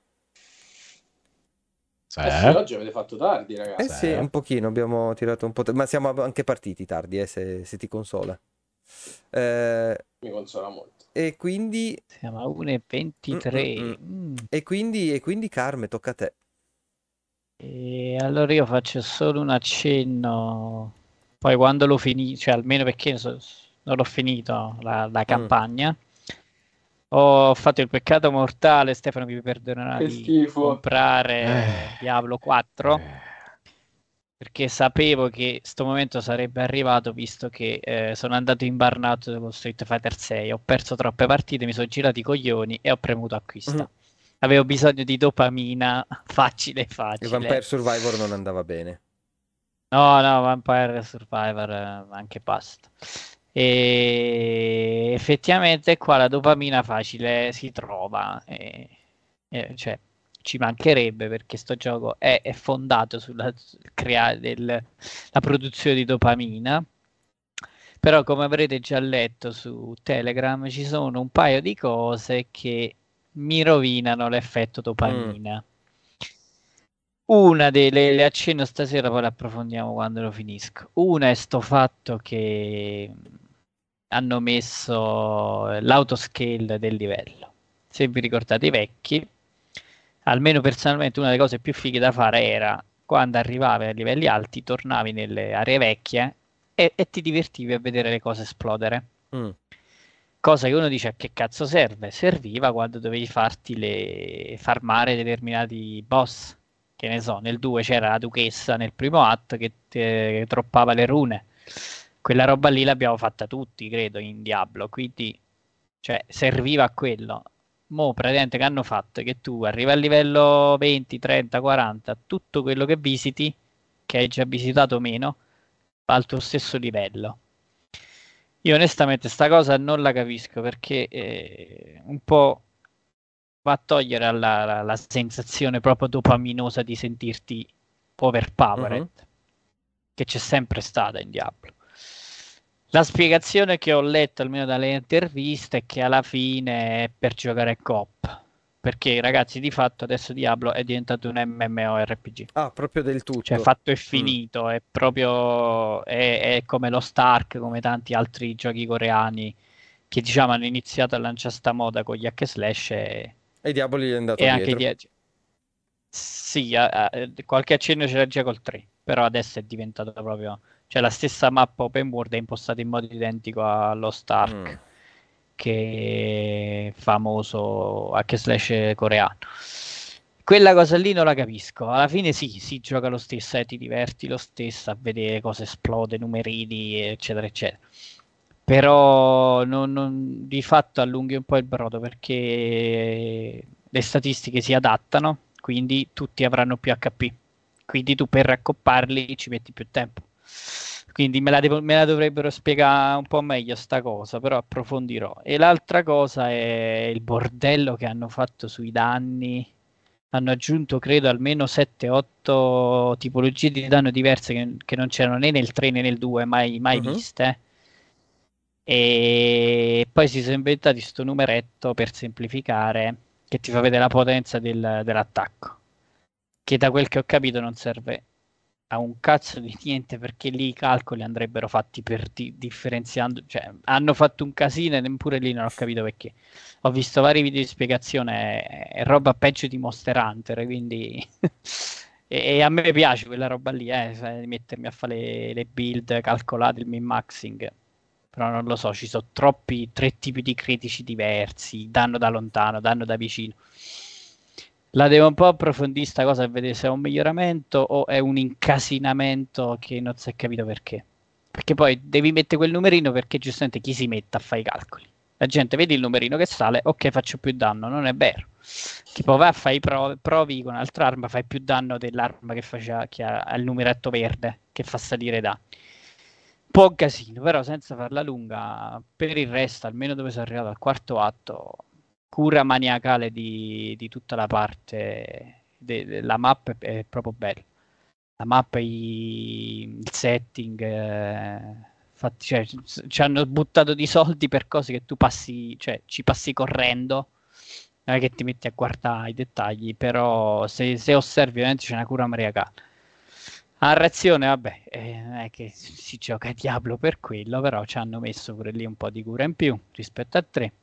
Sì. Sì, oggi avete fatto tardi, ragazzi. Sì, un pochino, abbiamo tirato un po', ma siamo anche partiti tardi, se ti consola. Mi consola molto. E quindi... Siamo a 1:23. E quindi Carme, tocca a te. E allora io faccio solo un accenno, poi quando lo finisco, cioè almeno perché non l'ho finito la campagna, ho fatto il peccato mortale, Stefano mi perdonerà, Che di schifo. comprare Diablo 4, perché sapevo che sto momento sarebbe arrivato, visto che sono andato in burnout con Street Fighter 6, ho perso troppe partite, mi sono girato i coglioni e ho premuto acquista. Avevo bisogno di dopamina facile. Il Vampire Survivor non andava bene. No, Vampire Survivor anche basta. E effettivamente qua la dopamina facile si trova, cioè, ci mancherebbe, perché sto gioco è fondato sulla la produzione di dopamina. Però, come avrete già letto su Telegram, ci sono un paio di cose che mi rovinano l'effetto dopamina. Una le accenno stasera, poi le approfondiamo quando lo finisco. Una è sto fatto che hanno messo l'autoscale del livello. Se vi ricordate i vecchi, almeno personalmente una delle cose più fighe da fare era quando arrivavi a livelli alti, tornavi nelle aree vecchie e ti divertivi a vedere le cose esplodere. Cosa che uno dice: a che cazzo serve? Serviva quando dovevi farmare determinati boss. Che ne so, nel 2 c'era la duchessa nel primo atto che droppava le rune. Quella roba lì l'abbiamo fatta tutti, credo, in Diablo, quindi cioè, serviva a quello. Mo' praticamente che hanno fatto è che tu arrivi al livello 20, 30, 40, tutto quello che visiti, che hai già visitato o meno, va al tuo stesso livello. Io onestamente sta cosa non la capisco, perché un po' va a togliere la sensazione proprio dopaminosa di sentirti overpowered, che c'è sempre stata in Diablo. La spiegazione che ho letto, almeno dalle interviste, è che alla fine è per giocare coop. Perché, ragazzi, di fatto adesso Diablo è diventato un MMORPG. Ah, proprio del tutto. Cioè, fatto e finito, è proprio è come lo Stark, come tanti altri giochi coreani che, diciamo, hanno iniziato a lanciare sta moda con gli hack and slash e Diablo gli è andato e anche dietro. Sì, qualche accenno c'era già col 3, però adesso è diventato proprio, cioè, la stessa mappa open world è impostata in modo identico allo Stark, che è famoso hack and slash coreano. Quella cosa lì non la capisco. Alla fine sì, si gioca lo stesso, ti diverti lo stesso a vedere cosa esplode, numerini, eccetera, eccetera. Però di fatto allunghi un po' il brodo, perché le statistiche si adattano, quindi tutti avranno più HP. Quindi tu per raccopparli ci metti più tempo. Quindi me la dovrebbero spiegare un po' meglio sta cosa, però approfondirò. E l'altra cosa è il bordello che hanno fatto sui danni. Hanno aggiunto, credo, almeno 7-8 tipologie di danno diverse che non c'erano né nel 3 né nel 2, mai viste. E poi si sono inventati sto numeretto, per semplificare, che ti fa vedere la potenza dell'attacco, che da quel che ho capito non serve a un cazzo di niente, perché lì i calcoli andrebbero fatti per differenziando, cioè hanno fatto un casino e neppure lì non ho capito perché. Ho visto vari video di spiegazione, è roba peggio di Monster Hunter, quindi e a me piace quella roba lì, mettermi a fare le build calcolate, il min-maxing. Però non lo so, ci sono tre tipi di critici diversi, danno da lontano, danno da vicino. La devo un po' approfondire sta cosa e vedere se è un miglioramento o è un incasinamento che non si è capito perché. Perché poi devi mettere quel numerino, perché giustamente chi si mette a fare i calcoli? La gente vede il numerino che sale, ok, faccio più danno, non è vero. Tipo vai a fare i provi con un'altra arma, fai più danno dell'arma che ha il numeretto verde, che fa salire i danni. Po' casino, però senza farla lunga, per il resto, almeno dove sono arrivato al quarto atto, cura maniacale di tutta la parte della mappa è proprio bella. La mappa, il setting, cioè, ci hanno buttato di soldi per cose che tu passi, cioè ci passi correndo, non è che ti metti a guardare i dettagli, però se osservi ovviamente c'è una cura maniacale. A reazione, vabbè, non è che si gioca a Diablo per quello, però ci hanno messo pure lì un po' di cura in più rispetto a 3.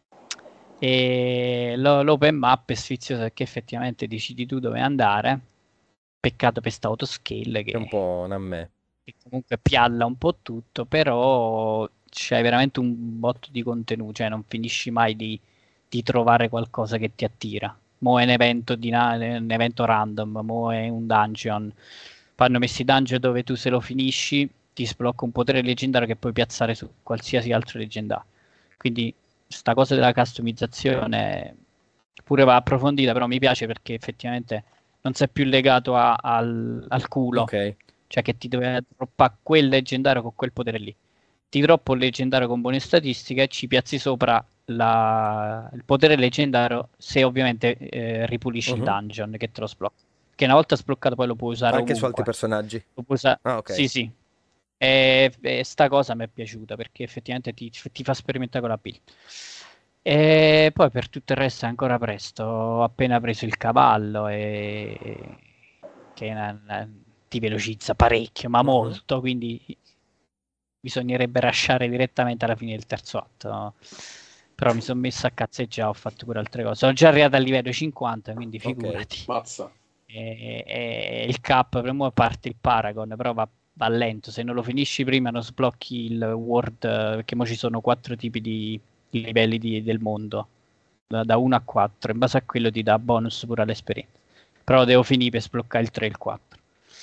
E l'open map è sfizioso perché effettivamente decidi tu dove andare. Peccato per sta autoscale È un po' a me. che comunque pialla un po' tutto, però c'è veramente un botto di contenuto, cioè non finisci mai di trovare qualcosa che ti attira. Mo' è un evento random, mo' è un dungeon. Poi hanno messo i dungeon dove tu, se lo finisci, ti sblocca un potere leggendario che puoi piazzare su qualsiasi altro leggendario. Quindi sta cosa della customizzazione pure va approfondita, però mi piace perché effettivamente non sei più legato al culo. Ok. Cioè che ti deve droppare quel leggendario con quel potere lì. ti droppo il leggendario con buone statistiche e ci piazzi sopra il potere leggendario se ovviamente ripulisci il dungeon che te lo sblocca. Che una volta sbloccato poi lo puoi usare Anche su altri ovunque. personaggi. Lo puoi usare... Ah, ok. Sì, sì. E sta cosa mi è piaciuta perché effettivamente ti fa sperimentare con la build. E poi per tutto il resto è ancora presto. Ho appena preso il cavallo che ti velocizza parecchio, ma molto, quindi bisognerebbe lasciare direttamente alla fine del terzo atto. Però mi sono messo a cazzeggiare, ho fatto pure altre cose. Sono già arrivato al livello 50, quindi figurati. Mazza. E il cap, prima o parte il Paragon, però va lento. Se non lo finisci prima, non sblocchi il World, perché mo ci sono 4 tipi di livelli del mondo, da 1 a 4. In base a quello ti dà bonus pure all'esperienza. Però devo finire per sbloccare il 3 e il 4.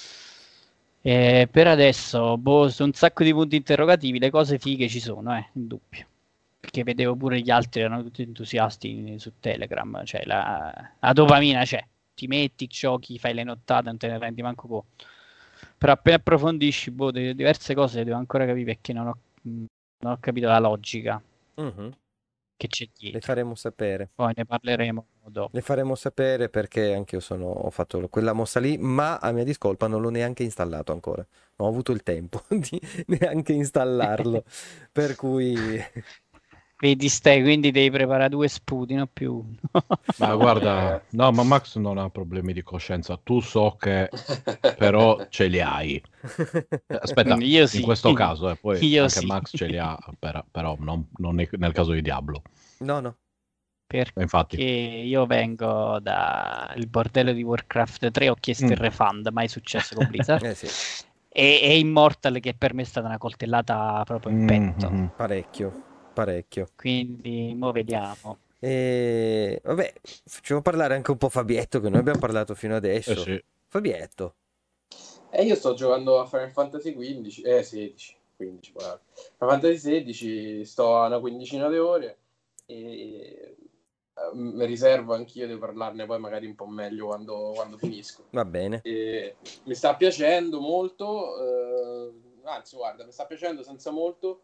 Per adesso, su un sacco di punti interrogativi, le cose fighe ci sono, in dubbio. Perché vedevo pure gli altri erano tutti entusiasti su Telegram, cioè la dopamina c'è. Ti metti, giochi, fai le nottate, non te ne rendi manco conto. Però appena approfondisci, diverse cose le devo ancora capire perché non ho capito la logica che c'è Le dietro. faremo sapere. Poi ne parleremo dopo. Le faremo sapere perché anche io ho fatto quella mossa lì, ma a mia discolpa non l'ho neanche installato ancora. Non ho avuto il tempo di neanche installarlo. Per cui Vedi, stai, quindi devi preparare 2 sputi, non più uno. Ma guarda, no, ma Max non ha problemi di coscienza. Tu so che però ce li hai. Aspetta, Io in sì, questo caso, poi io anche sì. Max ce li ha, però non nel caso di Diablo. no. Perché Infatti. io vengo dal bordello di Warcraft 3, ho chiesto il refund, mai successo con Blizzard. Sì. E Immortal che per me è stata una coltellata proprio in petto. Parecchio. Quindi mo vediamo. E vabbè, facciamo parlare anche un po' Fabietto, che noi abbiamo parlato fino adesso. Sì. Fabietto. Io sto giocando a Final Fantasy 16, 15, Final Fantasy 16, sto a una quindicina di ore e riservo anch'io di parlarne poi magari un po' meglio quando finisco. Va bene. Mi sta piacendo molto, anzi guarda, mi sta piacendo senza molto.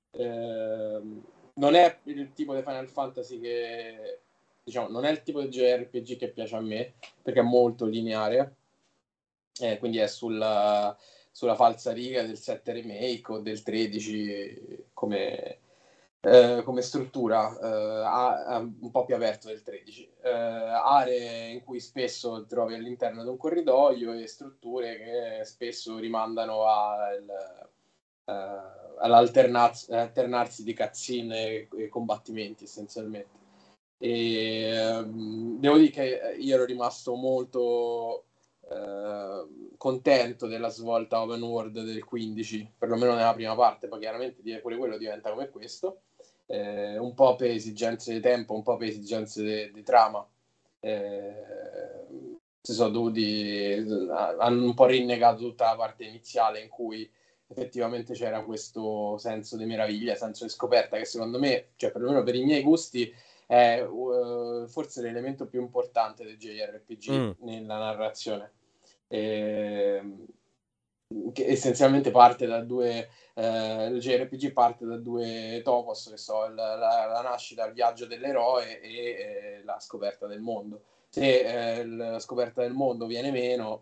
Non è il tipo di Final Fantasy che, diciamo, non è il tipo di JRPG che piace a me, perché è molto lineare, quindi è sulla falsa riga del 7 remake o del 13 come struttura, un po' più aperto del 13. Aree in cui spesso trovi all'interno di un corridoio e strutture che spesso rimandano all'alternarsi di cutscene e combattimenti essenzialmente. E devo dire che io ero rimasto molto contento della svolta open world del 15, perlomeno nella prima parte. Poi chiaramente pure quello diventa come questo, un po' per esigenze di tempo, un po' per esigenze di trama. Si sono hanno un po' rinnegato tutta la parte iniziale in cui effettivamente c'era questo senso di meraviglia, senso di scoperta che secondo me, cioè perlomeno per i miei gusti, è forse l'elemento più importante del JRPG nella narrazione. Che essenzialmente parte da due il JRPG parte da due topos, che so, la nascita, il viaggio dell'eroe e la scoperta del mondo. Se la scoperta del mondo viene meno,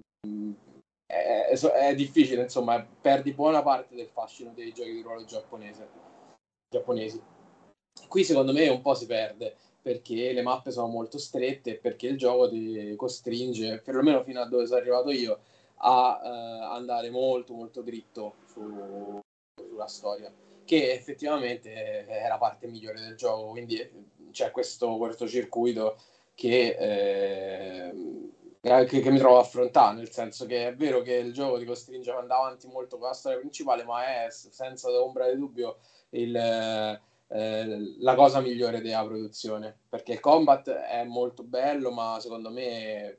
è difficile, insomma, perdi buona parte del fascino dei giochi di ruolo giapponesi. Qui secondo me un po' si perde, perché le mappe sono molto strette, perché il gioco ti costringe, perlomeno fino a dove sono arrivato io, a andare molto molto dritto sulla storia, che effettivamente è la parte migliore del gioco. Quindi c'è questo cortocircuito che mi trovo a affrontare, nel senso che è vero che il gioco ti costringe ad andare avanti molto con la storia principale, ma è senza ombra di dubbio la cosa migliore della produzione, perché il combat è molto bello, ma secondo me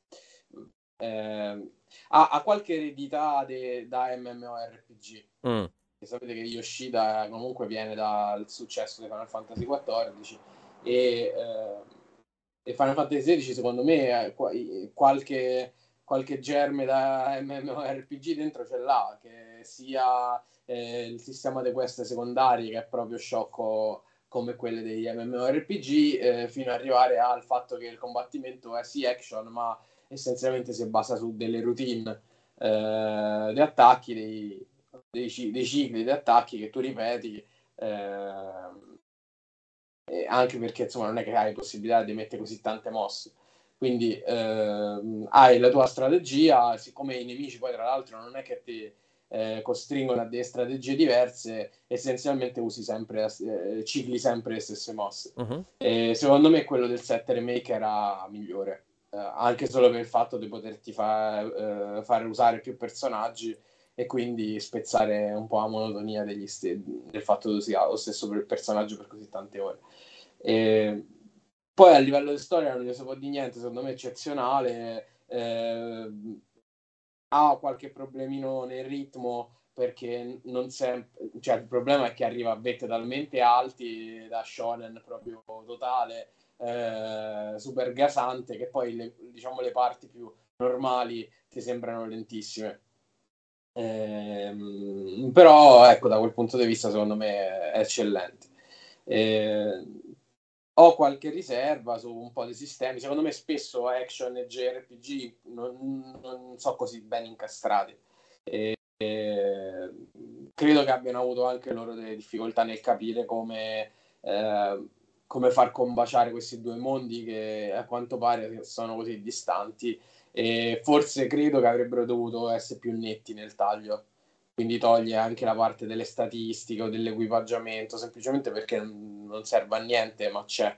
ha qualche eredità da MMORPG. E sapete che Yoshida comunque viene dal successo di Final Fantasy XIV e Final Fantasy XVI secondo me qualche qualche germe da MMORPG dentro ce l'ha, che sia il sistema di quest secondarie, che è proprio sciocco come quelle degli MMORPG, fino ad arrivare al fatto che il combattimento è sì action, ma essenzialmente si basa su delle routine di attacchi, dei cicli di attacchi che tu ripeti, anche perché insomma non è che hai possibilità di mettere così tante mosse, quindi hai la tua strategia, siccome i nemici poi tra l'altro non è che ti costringono a delle strategie diverse, essenzialmente usi sempre cicli sempre le stesse mosse. E secondo me quello del 7 remake era migliore, anche solo per il fatto di poterti fare usare più personaggi e quindi spezzare un po' la monotonia del fatto che sia lo stesso per il personaggio per così tante ore. E poi a livello di storia non ne si può di niente, secondo me eccezionale, ha qualche problemino nel ritmo perché non sempre, cioè il problema è che arriva a vette talmente alti da shonen proprio totale, super gasante, che poi le parti più normali ti sembrano lentissime. Però ecco, da quel punto di vista secondo me è eccellente. Ho qualche riserva su un po' di sistemi, secondo me spesso action e JRPG non so così ben incastrati, credo che abbiano avuto anche loro delle difficoltà nel capire come far combaciare questi due mondi che a quanto pare sono così distanti, e forse credo che avrebbero dovuto essere più netti nel taglio, quindi toglie anche la parte delle statistiche o dell'equipaggiamento, semplicemente perché non serve a niente, ma c'è.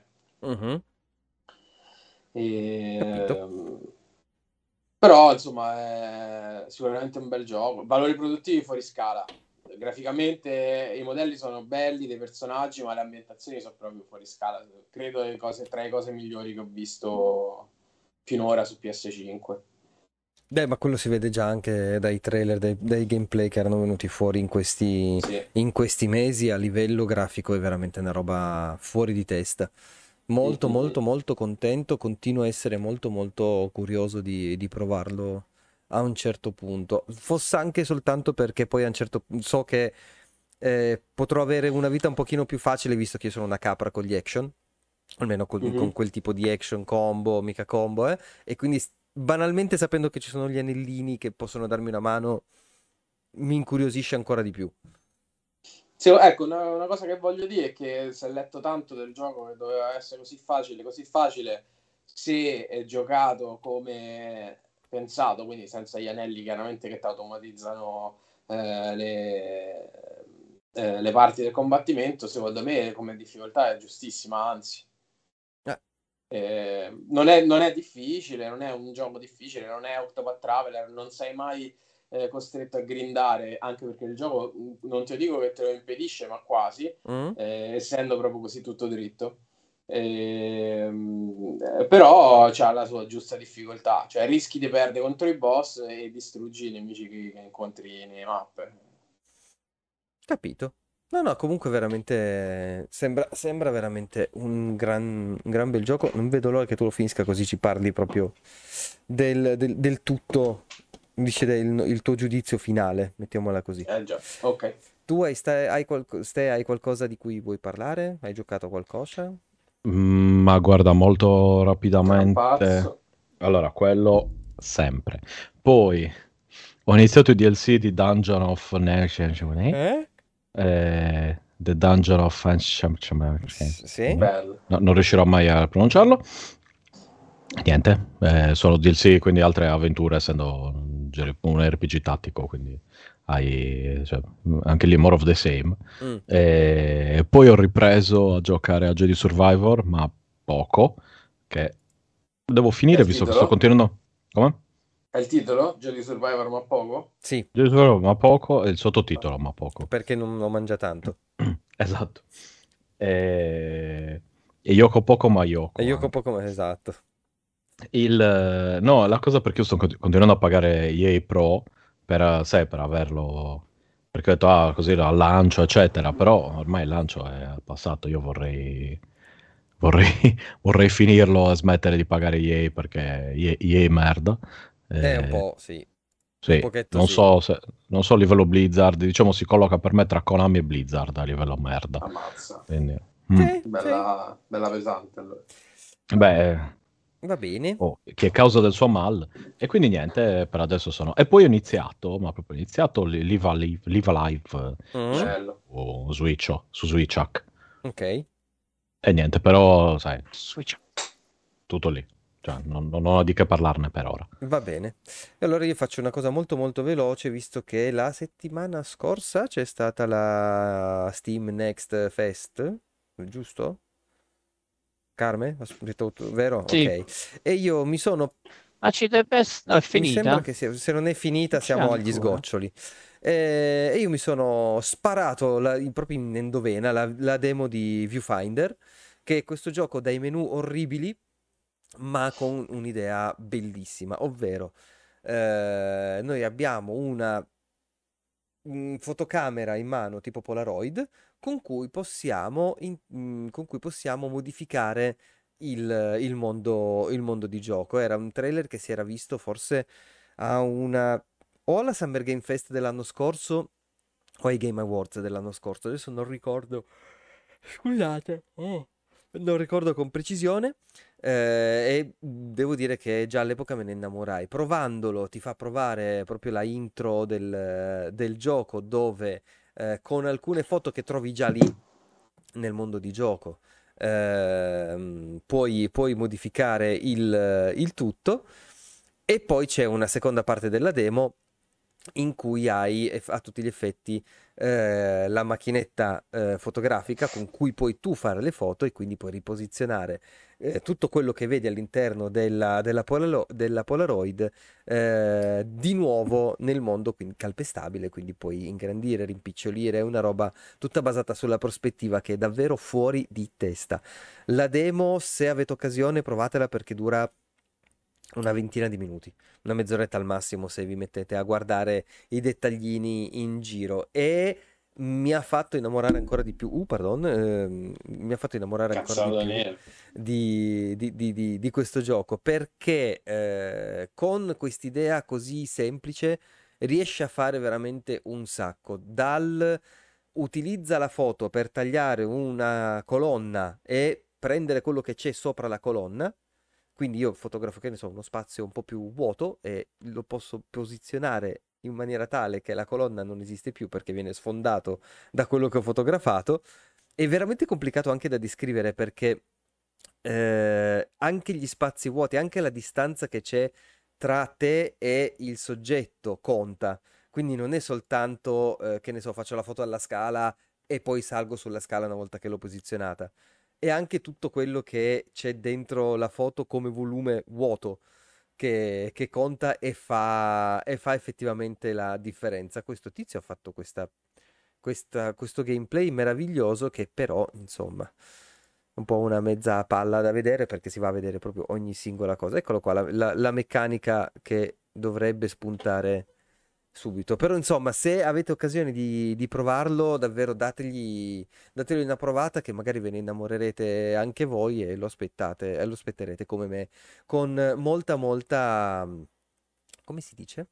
Però insomma è sicuramente un bel gioco, valori produttivi fuori scala, graficamente i modelli sono belli dei personaggi, ma le ambientazioni sono proprio fuori scala, credo tra le cose migliori che ho visto finora su PS5. Ma quello si vede già anche dai trailer, dai gameplay che erano venuti fuori in questi mesi. A livello grafico è veramente una roba fuori di testa. Molto molto molto contento, continuo a essere molto molto curioso di provarlo a un certo punto, fosse anche soltanto perché poi a un certo punto so che potrò avere una vita un pochino più facile, visto che io sono una capra con gli action, almeno con quel tipo di action combo, mica combo, e quindi banalmente sapendo che ci sono gli anellini che possono darmi una mano mi incuriosisce ancora di più. Sì, ecco, una cosa che voglio dire è che si è letto tanto del gioco che doveva essere così facile, se è giocato come pensato, quindi senza gli anelli chiaramente che ti automatizzano le parti del combattimento, secondo me come difficoltà è giustissima, anzi. Non è difficile, non è un gioco difficile, non è Octopath Traveler, non sei mai costretto a grindare, anche perché il gioco non ti dico che te lo impedisce, ma quasi, essendo proprio così tutto dritto. Però c'ha la sua giusta difficoltà, cioè rischi di perdere contro i boss e distruggi i nemici che incontri nelle mappe. Capito. No, comunque veramente sembra veramente un gran bel gioco. Non vedo l'ora che tu lo finisca, così ci parli proprio del tutto, dice il tuo giudizio finale, mettiamola così. Già, ok. Tu hai qualcosa di cui vuoi parlare? Hai giocato a qualcosa? Ma guarda, molto rapidamente. Allora, quello sempre. Poi ho iniziato i DLC di Dungeon of The Dungeon of Sì. No, non riuscirò mai a pronunciarlo. Niente, sono DLC, quindi altre avventure, essendo un RPG tattico, quindi cioè, anche lì more of the same. E poi ho ripreso a giocare a Jedi Survivor, ma poco, che devo finire visto che sto continuando. Come? È il titolo? Jedi Survivor ma poco? Sì. Jedi Survivor ma poco e il sottotitolo ma poco. Perché non lo mangia tanto. Esatto. E Yoko poco ma Yoko. E Yoko poco, esatto. No, la cosa perché io sto continuando a pagare EA Pro per averlo, perché ho detto così al lancio eccetera, però ormai il lancio è passato, io vorrei vorrei finirlo e smettere di pagare EA perché EA è merda, È un po', sì. Un Sì, pochetto non sì. so se, non so a livello Blizzard, diciamo si colloca per me tra Konami e Blizzard a livello merda. Ammazza. Quindi, Sì, sì. Bella pesante allora. beh, Va bene. che è causa del suo mal. E quindi niente, per adesso sono... E poi ho iniziato, ma proprio iniziato, Live Alive Mm, Bello. su Switch, su Switch Hack. ok. E niente, però, sai, Switch. tutto lì. Cioè, non ho di che parlarne per ora. Va bene. E allora io faccio una cosa molto molto veloce, visto che la settimana scorsa c'è stata la Steam Next Fest, giusto? Carme? Ho detto vero? Sì, Ok. E io mi sono... ma ci deve essere... No, è Mi sembra finita? che se non è finita Non c'è siamo agli ancora. sgoccioli. E io mi sono sparato proprio in endovena la demo di Viewfinder, che è questo gioco dai menu orribili, ma con un'idea bellissima, ovvero noi abbiamo una fotocamera in mano tipo Polaroid con cui possiamo modificare il mondo di gioco. Era un trailer che si era visto forse a una o alla Summer Game Fest dell'anno scorso o ai Game Awards dell'anno scorso. Adesso non ricordo. Scusate. Non ricordo con precisione. E devo dire che già all'epoca me ne innamorai. Provandolo, ti fa provare proprio la intro del gioco dove con alcune foto che trovi già lì nel mondo di gioco puoi modificare il tutto. E poi c'è una seconda parte della demo in cui hai a tutti gli effetti la macchinetta fotografica con cui puoi tu fare le foto e quindi puoi riposizionare tutto quello che vedi all'interno della Polaroid di nuovo nel mondo quindi calpestabile, quindi puoi ingrandire, rimpicciolire, è una roba tutta basata sulla prospettiva che è davvero fuori di testa. La demo, se avete occasione, provatela perché dura una ventina di minuti, una mezz'oretta al massimo se vi mettete a guardare i dettaglini in giro e mi ha fatto innamorare ancora di più, pardon, mi ha fatto innamorare ancora di Cazzata più nera. di questo gioco perché con quest'idea così semplice riesce a fare veramente un sacco. Utilizza la foto per tagliare una colonna e prendere quello che c'è sopra la colonna. Quindi io fotografo, che ne so, uno spazio un po' più vuoto e lo posso posizionare in maniera tale che la colonna non esiste più perché viene sfondato da quello che ho fotografato. È veramente complicato anche da descrivere perché anche gli spazi vuoti, anche la distanza che c'è tra te e il soggetto conta. Quindi non è soltanto, che ne so, faccio la foto alla scala e poi salgo sulla scala una volta che l'ho posizionata. E anche tutto quello che c'è dentro la foto come volume vuoto che conta e fa effettivamente la differenza. Questo tizio ha fatto questo gameplay meraviglioso che però, insomma, è un po' una mezza palla da vedere perché si va a vedere proprio ogni singola cosa. Eccolo qua, la meccanica che dovrebbe spuntare subito. Però, insomma, se avete occasione di provarlo, davvero dategli una provata che magari ve ne innamorerete anche voi e lo aspetterete come me, con molta, molta... come si dice?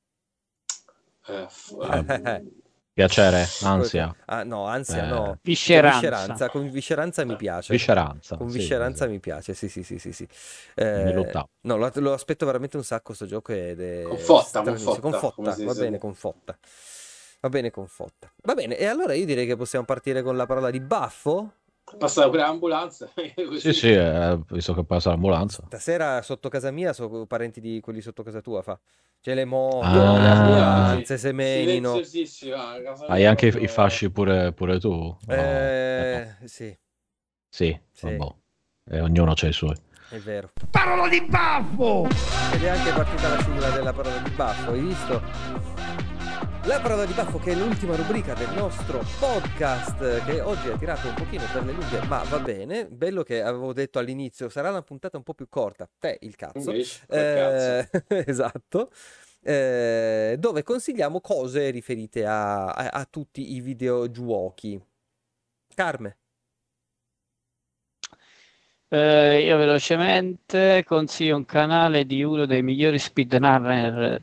Piacere, Cosa? ansia, Ah, no, ansia no. Visceranza. Con visceranza mi piace. visceranza, Con sì, sì, sì. visceranza mi piace, sì, sì, sì, sì, sì. Mi lottavo. No, lo aspetto veramente un sacco sto gioco ed è Con stranissimo. Con fotta, come fotta, si va dice bene, te. con fotta. Va bene, con fotta. Va bene, e allora io direi che possiamo partire con la parola di baffo. Passa pure l'ambulanza, Sì, così. sì, visto che passa l'ambulanza. Stasera sotto casa mia sono parenti di quelli sotto casa tua, fa. C'è le moto, le Buona, mia oggi ambulanze, semenino. silenziosissima, a casa Hai mia anche i proprio... fasci pure tu? No. No. Sì, Sì, sì, vabbè. E ognuno c'ha i suoi. è vero. Parola di baffo! Ed è anche partita la sigla della parola di baffo, hai visto? La parola di baffo che è l'ultima rubrica del nostro podcast che oggi ha tirato un pochino per le lunghe, ma va bene. Bello che avevo detto all'inizio, sarà una puntata un po' più corta. Te, il cazzo. Invece, quel cazzo. Esatto. Dove consigliamo cose riferite a tutti i videogiochi. Carme. Io velocemente consiglio un canale di uno dei migliori speedrunner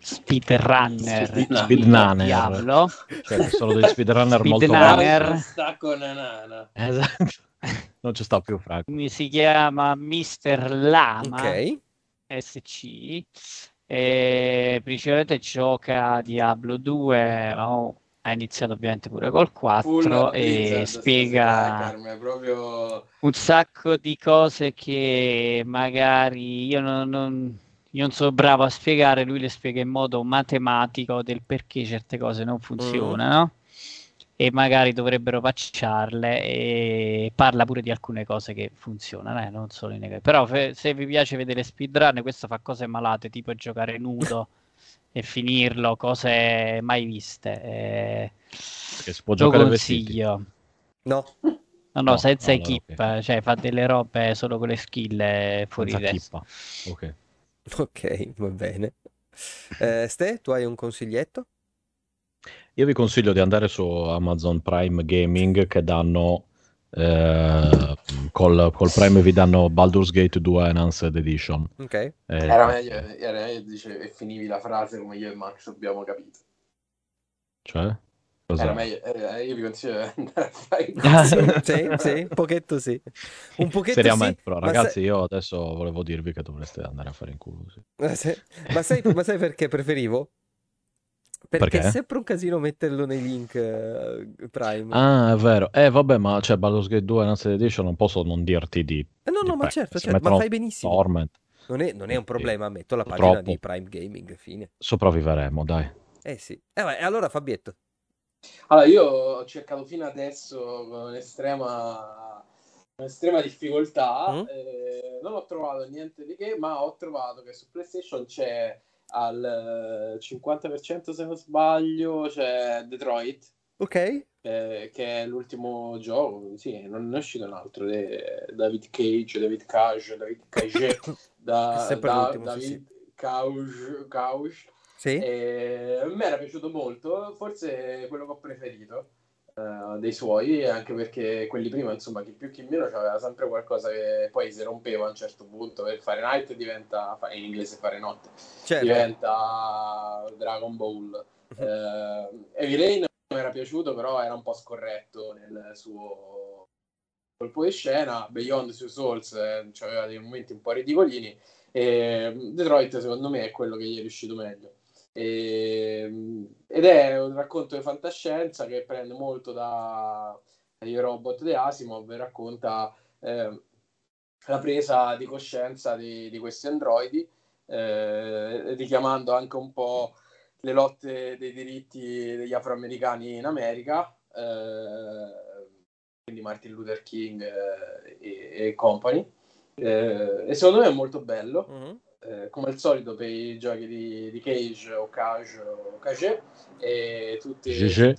di Diablo. Cioè, sono degli speedrunner molto Speedrunner. Sta con Nana. Esatto. Non ci sta più Franco. Si chiama Mr. Lama Ok. SC. E principalmente gioca a Diablo 2. Ha iniziato ovviamente pure col 4 e spiega Carme, proprio... un sacco di cose che magari io non sono bravo a spiegare, lui le spiega in modo matematico del perché certe cose non funzionano e magari dovrebbero patcharle, e parla pure di alcune cose che funzionano, non solo i negativi. Però se vi piace vedere speedrun, questo fa cose malate, tipo giocare nudo e finirlo, cose mai viste. Che si può Lo giocare consiglio. vestiti? No. No, senza allora, equip, okay. cioè fa delle robe solo con le skill fuori Senza resto. chippa. Ok. Ok, va bene. Ste, tu hai un consiglietto? Io vi consiglio di andare su Amazon Prime Gaming che danno col Prime vi danno Baldur's Gate 2 Enhanced Edition. Ok. Era meglio dice, e finivi la frase come io e Max abbiamo capito. Cioè? Era meglio, io vi consiglio di andare a fare Sì, un pochetto sì. Un pochetto seriamente, sì, però, ma ragazzi, io adesso volevo dirvi che dovreste andare a fare in culo. Sì. ma sai perché preferivo? Perché è Perché? sempre un casino metterlo nei link Prime. Ah, è vero. Vabbè, ma c'è Baldur's Gate 2 Enhanced Edition, non posso non dirti No, ma beh, certo, se ma mettono fai benissimo. Torment. Non è un problema, metto la pagina Purtroppo di Prime Gaming, fine. sopravviveremo, dai. Eh sì. E allora Fabietto. Allora, io ho cercato fino adesso con estrema difficoltà, non ho trovato niente di che, ma ho trovato che su PlayStation c'è al 50% se non sbaglio, c'è Detroit, Ok. che è l'ultimo gioco, sì, non è uscito un altro, David Cage, È sempre l'ultimo, sì, sì. David Cage. Sì? A me era piaciuto molto, forse quello che ho preferito dei suoi, anche perché quelli prima, insomma, chi più chi meno c'aveva sempre qualcosa che poi si rompeva a un certo punto. Per fare night diventa, in inglese fare notte, Certo. diventa Dragon Ball. Heavy Rain mi era piaciuto, però era un po' scorretto nel suo colpo di scena. Beyond Two Souls aveva dei momenti un po' ridicolini, e Detroit secondo me è quello che gli è riuscito meglio. Ed è un racconto di fantascienza che prende molto dagli robot di Asimov e racconta la presa di coscienza di questi androidi, richiamando anche un po' le lotte dei diritti degli afroamericani in America, quindi Martin Luther King e company. E secondo me è molto bello. Come al solito per i giochi di Cage o Cage e tutte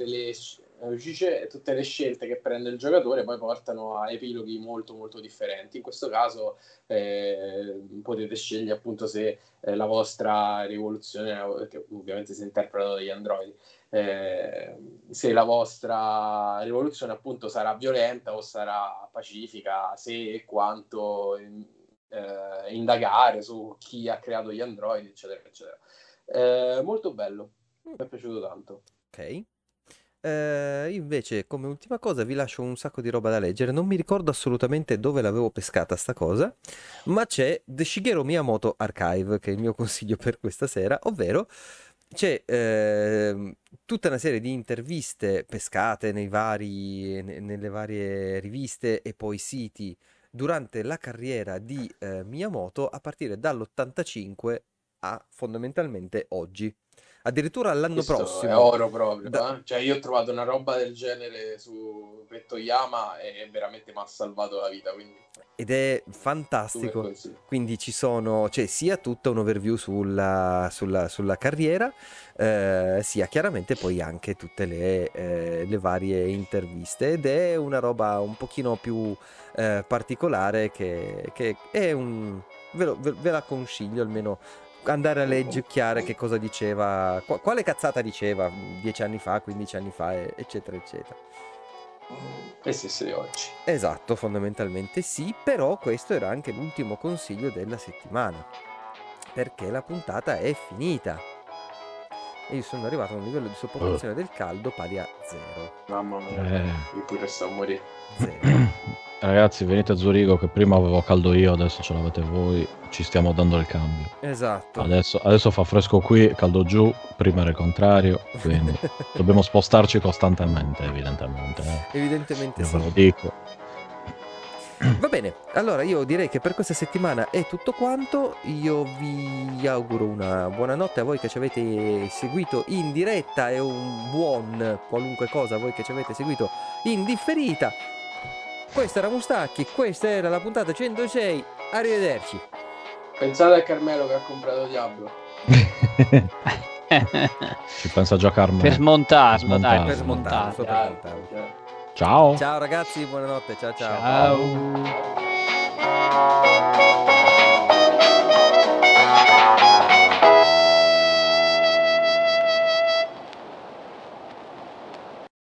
le scelte che prende il giocatore poi portano a epiloghi molto molto differenti. In questo caso potete scegliere appunto se la vostra rivoluzione, che ovviamente si interpreta dagli androidi, se la vostra rivoluzione appunto sarà violenta o sarà pacifica, se e quanto indagare su chi ha creato gli androidi, eccetera, eccetera. Molto bello, mi è piaciuto tanto. Ok. Invece, come ultima cosa, vi lascio un sacco di roba da leggere. Non mi ricordo assolutamente dove l'avevo pescata sta cosa, ma c'è The Shigeru Miyamoto Archive, che è il mio consiglio per questa sera, ovvero c'è tutta una serie di interviste pescate nelle varie riviste e poi siti durante la carriera di Miyamoto a partire dall'85 a fondamentalmente oggi. Addirittura l'anno Questo prossimo. è oro proprio, Cioè io ho trovato una roba del genere su Pettoyama e veramente mi ha salvato la vita, quindi Ed è fantastico. Quindi c'è sia tutta un overview sulla carriera, sia chiaramente poi anche tutte le varie interviste. Ed è una roba un pochino più particolare che è un... ve la consiglio almeno andare a leggere che cosa diceva, quale cazzata diceva 10 anni fa, 15 anni fa, eccetera, eccetera. E stesse di oggi. Esatto, fondamentalmente sì, però questo era anche l'ultimo consiglio della settimana, perché la puntata è finita e io sono arrivato a un livello di sopportazione del caldo pari a 0. Mamma mia, io pure sto a morire. 0. Ragazzi, venite a Zurigo che prima avevo caldo io, adesso ce l'avete voi, ci stiamo dando il cambio. Esatto. Adesso fa fresco qui, caldo giù, prima era il contrario, quindi dobbiamo spostarci costantemente, evidentemente. Evidentemente Io sì. ve lo dico. Va bene, allora io direi che per questa settimana è tutto quanto. Io vi auguro una buonanotte a voi che ci avete seguito in diretta e un buon qualunque cosa a voi che ci avete seguito in differita. Questo era Mustacchi, questa era la puntata 106. Arrivederci. Pensate a Carmelo che ha comprato Diablo. Ci pensa già Carmelo. Per smontarlo, dai, Per smontarlo. Chiaro. Ciao. Ciao ragazzi, buonanotte, ciao ciao. Ciao.